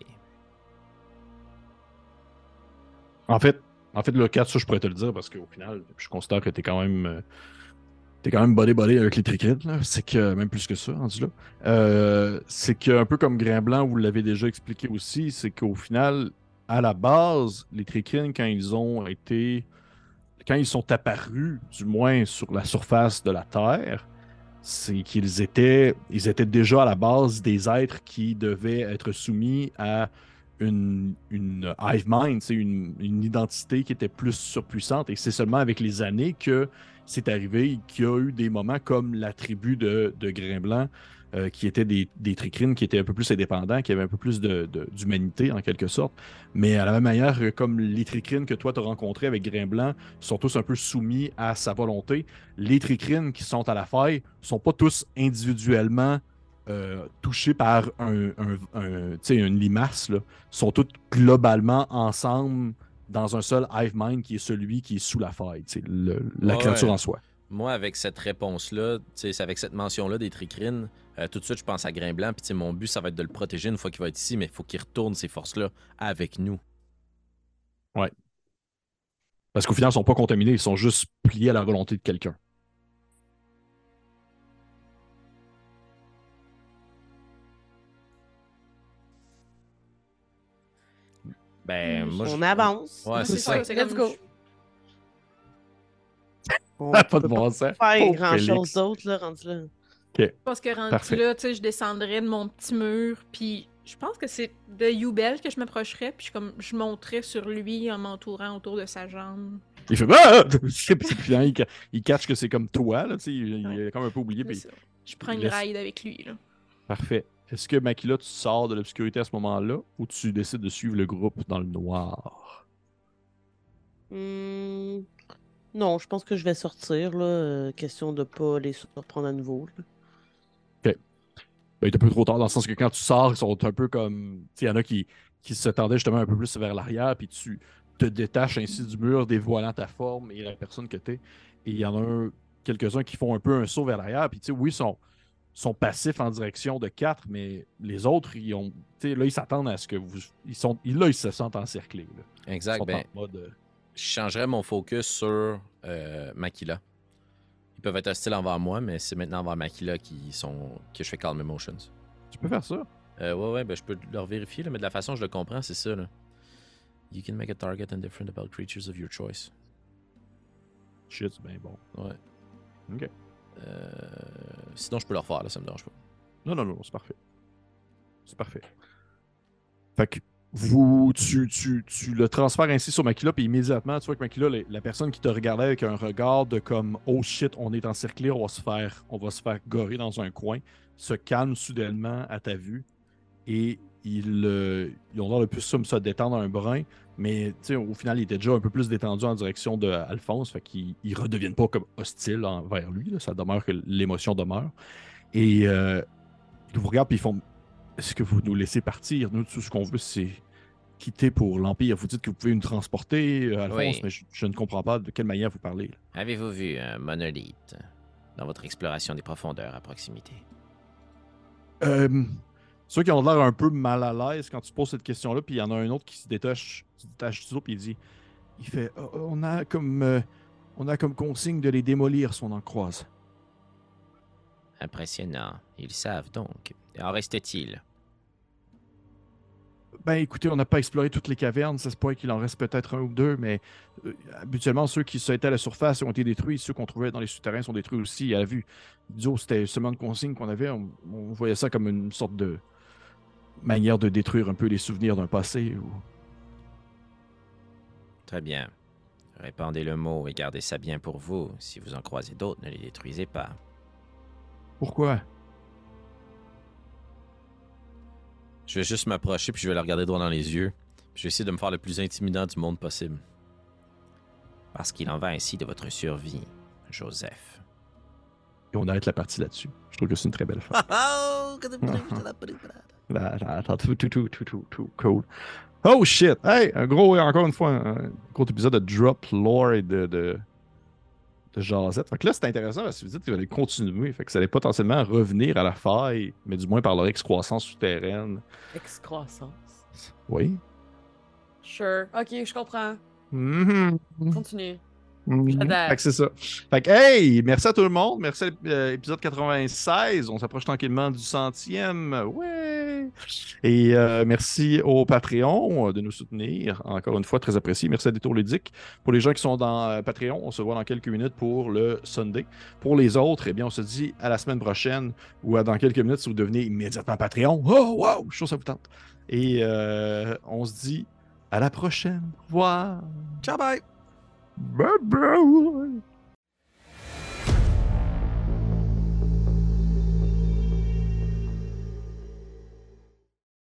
A: En fait, en fait, le quatre, ça, je pourrais te le dire parce qu'au final, je considère que t'es quand même. euh, T'es quand même bodé-bodé avec les tricrines, là. C'est que, même plus que ça, rendu là. Euh, c'est qu'un peu comme Grain Blanc, vous l'avez déjà expliqué aussi, c'est qu'au final, à la base, les tricrines, quand ils ont été. Quand ils sont apparus, du moins sur la surface de la Terre, c'est qu'ils étaient, ils étaient déjà à la base des êtres qui devaient être soumis à une, une hive mind, c'est une, une identité qui était plus surpuissante. Et c'est seulement avec les années que c'est arrivé qu'il y a eu des moments comme la tribu de, de Grain Blanc, euh, qui étaient des, des tricrines qui étaient un peu plus indépendants, qui avaient un peu plus de, de- d'humanité en quelque sorte. Mais à la même manière, euh, comme les tricrines que toi tu as rencontrés avec Grain Blanc sont tous un peu soumis à sa volonté, les tricrines qui sont à la faille sont pas tous individuellement euh, touchés par un, un- un- tu sais, une limace, là. Sont toutes globalement ensemble dans un seul hive mind qui est celui qui est sous la faille, tu sais, le- la
F: Ouais,
A: créature
F: ouais.
A: en soi.
F: Moi, avec cette réponse-là, tu sais, c'est avec cette mention-là des tricrines, euh, tout de suite, je pense à Grain Blanc, puis tu sais, mon but, ça va être de le protéger une fois qu'il va être ici, mais il faut qu'il retourne ces forces-là avec nous.
A: Ouais. Parce qu'au final, ils sont pas contaminés, ils sont juste pliés à la volonté de quelqu'un.
F: Ben,
B: Hmm,
F: moi,
E: On
F: je...
E: avance.
F: Ouais, c'est
B: C'est
F: ça.
B: ça, c'est
D: Let's
B: comme-
D: go.
E: On
A: Pas de
E: peut
A: bon sens.
E: pas faire
A: Pauvre
E: grand-chose
A: Félix.
E: d'autre, là, rendu là.
A: OK.
B: Parce que rendu
A: Parfait.
B: là, tu sais, je descendrais de mon petit mur, puis je pense que c'est de Youbel que je m'approcherais, puis je, comme, je monterais sur lui en m'entourant autour de sa jambe.
A: Il fait ah! Puis puis là, il, ca- il catch que c'est comme toi, là, tu sais, il, il
B: Ouais.
A: est comme un peu oublié.
B: C'est
A: Puis...
B: ça. Je prends
A: il
B: une
A: laisse-
B: ride avec lui, là.
A: Parfait. Est-ce que Makila, tu sors de l'obscurité à ce moment-là ou tu décides de suivre le groupe dans le noir?
E: Hmm, Non, je pense que je vais sortir, là. euh, question de pas les surprendre à nouveau, là.
A: Ben, il est un peu trop tard dans le sens que quand tu sors, ils sont un peu comme. Tu sais, il y en a qui, qui se tendaient justement un peu plus vers l'arrière, puis tu te détaches ainsi du mur, dévoilant ta forme et la personne que tu es. Et il y en a un- quelques-uns qui font un peu un saut vers l'arrière, puis tu sais, oui, ils sont, sont passifs en direction de quatre, mais les autres, ils ont. Tu sais, là, ils s'attendent à ce que vous. Ils sont, là, ils se sentent encerclés. Là. Ils
F: Exact.
A: sont
F: Ben,
A: en mode. euh,
F: je changerais mon focus sur euh, Makila. Ils peuvent être hostiles envers moi, mais c'est maintenant envers Makila qui sont... que je fais Calm Emotions.
A: Tu peux faire ça.
F: Euh, ouais, ouais, ben je peux leur vérifier, là, mais de la façon que je le comprends, c'est ça. Là. You can make a target indifferent about creatures of your choice.
A: Shit, c'est bien bon.
F: Ouais.
A: Ok.
F: Euh, sinon, je peux le refaire, là, ça me dérange pas.
A: Non, non, non, c'est parfait. C'est parfait. Fait que vous, tu, tu, tu le transfères ainsi sur Makila, puis immédiatement, tu vois que Makila, la, la personne qui te regardait avec un regard de comme oh shit, on est encerclé, on va se faire, on va se faire gorer dans un coin, se calment soudainement à ta vue et ils, euh, ils ont l'air de plus ça, ça détendre un brin, mais au final, ils étaient déjà un peu plus détendus en direction d'Alphonse, fait qu'ils ne redeviennent pas comme hostiles envers lui, là, ça demeure que l'émotion demeure. Et euh, ils vous regardent et ils font « Est-ce que vous nous laissez partir? Nous, tout ce qu'on veut, c'est quitter pour l'Empire. Vous dites que vous pouvez nous transporter, Alphonse, oui. mais je, je ne comprends pas de quelle manière vous parlez. »
F: Avez-vous vu un monolithe dans votre exploration des profondeurs à proximité?
A: Euh, ceux qui ont l'air un peu mal à l'aise quand tu poses cette question-là, puis il y en a un autre qui se détache, se détache du tout, puis il dit, il fait, oh, on a comme, euh, on a comme consigne de les démolir si on en croise.
F: Impressionnant. Ils savent donc. Et en reste-t-il?
A: Ben écoutez, on n'a pas exploré toutes les cavernes, ça se pourrait qu'il en reste peut-être un ou deux, mais euh, habituellement, ceux qui étaient à la surface ont été détruits, ceux qu'on trouvait dans les souterrains sont détruits aussi à la vue. Disons, c'était seulement une consigne qu'on avait, on, on voyait ça comme une sorte de manière de détruire un peu les souvenirs d'un passé. Ou...
F: Très bien. Répandez le mot et gardez ça bien pour vous. Si vous en croisez d'autres, ne les détruisez pas.
A: Pourquoi?
C: Je vais juste m'approcher puis je vais la regarder droit dans les yeux. Je vais essayer de me faire le plus intimidant du monde possible.
F: Parce qu'il en va ainsi de votre survie, Joseph.
A: Et on arrête la partie là-dessus. Je trouve que c'est une très belle fin. tout, tout, tout, tout, tout, tout, cool. Oh shit! Hey, un gros, encore une fois, un gros épisode de drop lore et de, de, de jasette. Fait que là, c'est intéressant parce que vous dites qu'il allait continuer. Fait que ça allait potentiellement revenir à la faille, mais du moins par leur excroissance souterraine.
E: Excroissance.
A: Oui.
E: Sure. Ok, je comprends.
A: Mm-hmm.
E: Continue.
A: Mm-hmm.
E: J'adore.
A: Fait que c'est ça. Fait que, hey, merci à tout le monde. Merci à l'épisode quatre-vingt-seize. On s'approche tranquillement du centième. Ouais. Et euh, merci au Patreon de nous soutenir. Encore une fois, très apprécié. Merci à Détour Ludique. Pour les gens qui sont dans euh, Patreon, on se voit dans quelques minutes pour le Sunday. Pour les autres, eh bien, on se dit à la semaine prochaine ou à dans quelques minutes si vous devenez immédiatement Patreon. Oh, wow! Je suis sûr que ça vous tente. Et euh, on se dit à la prochaine. Au revoir.
C: Ciao, bye!
A: Bye bye!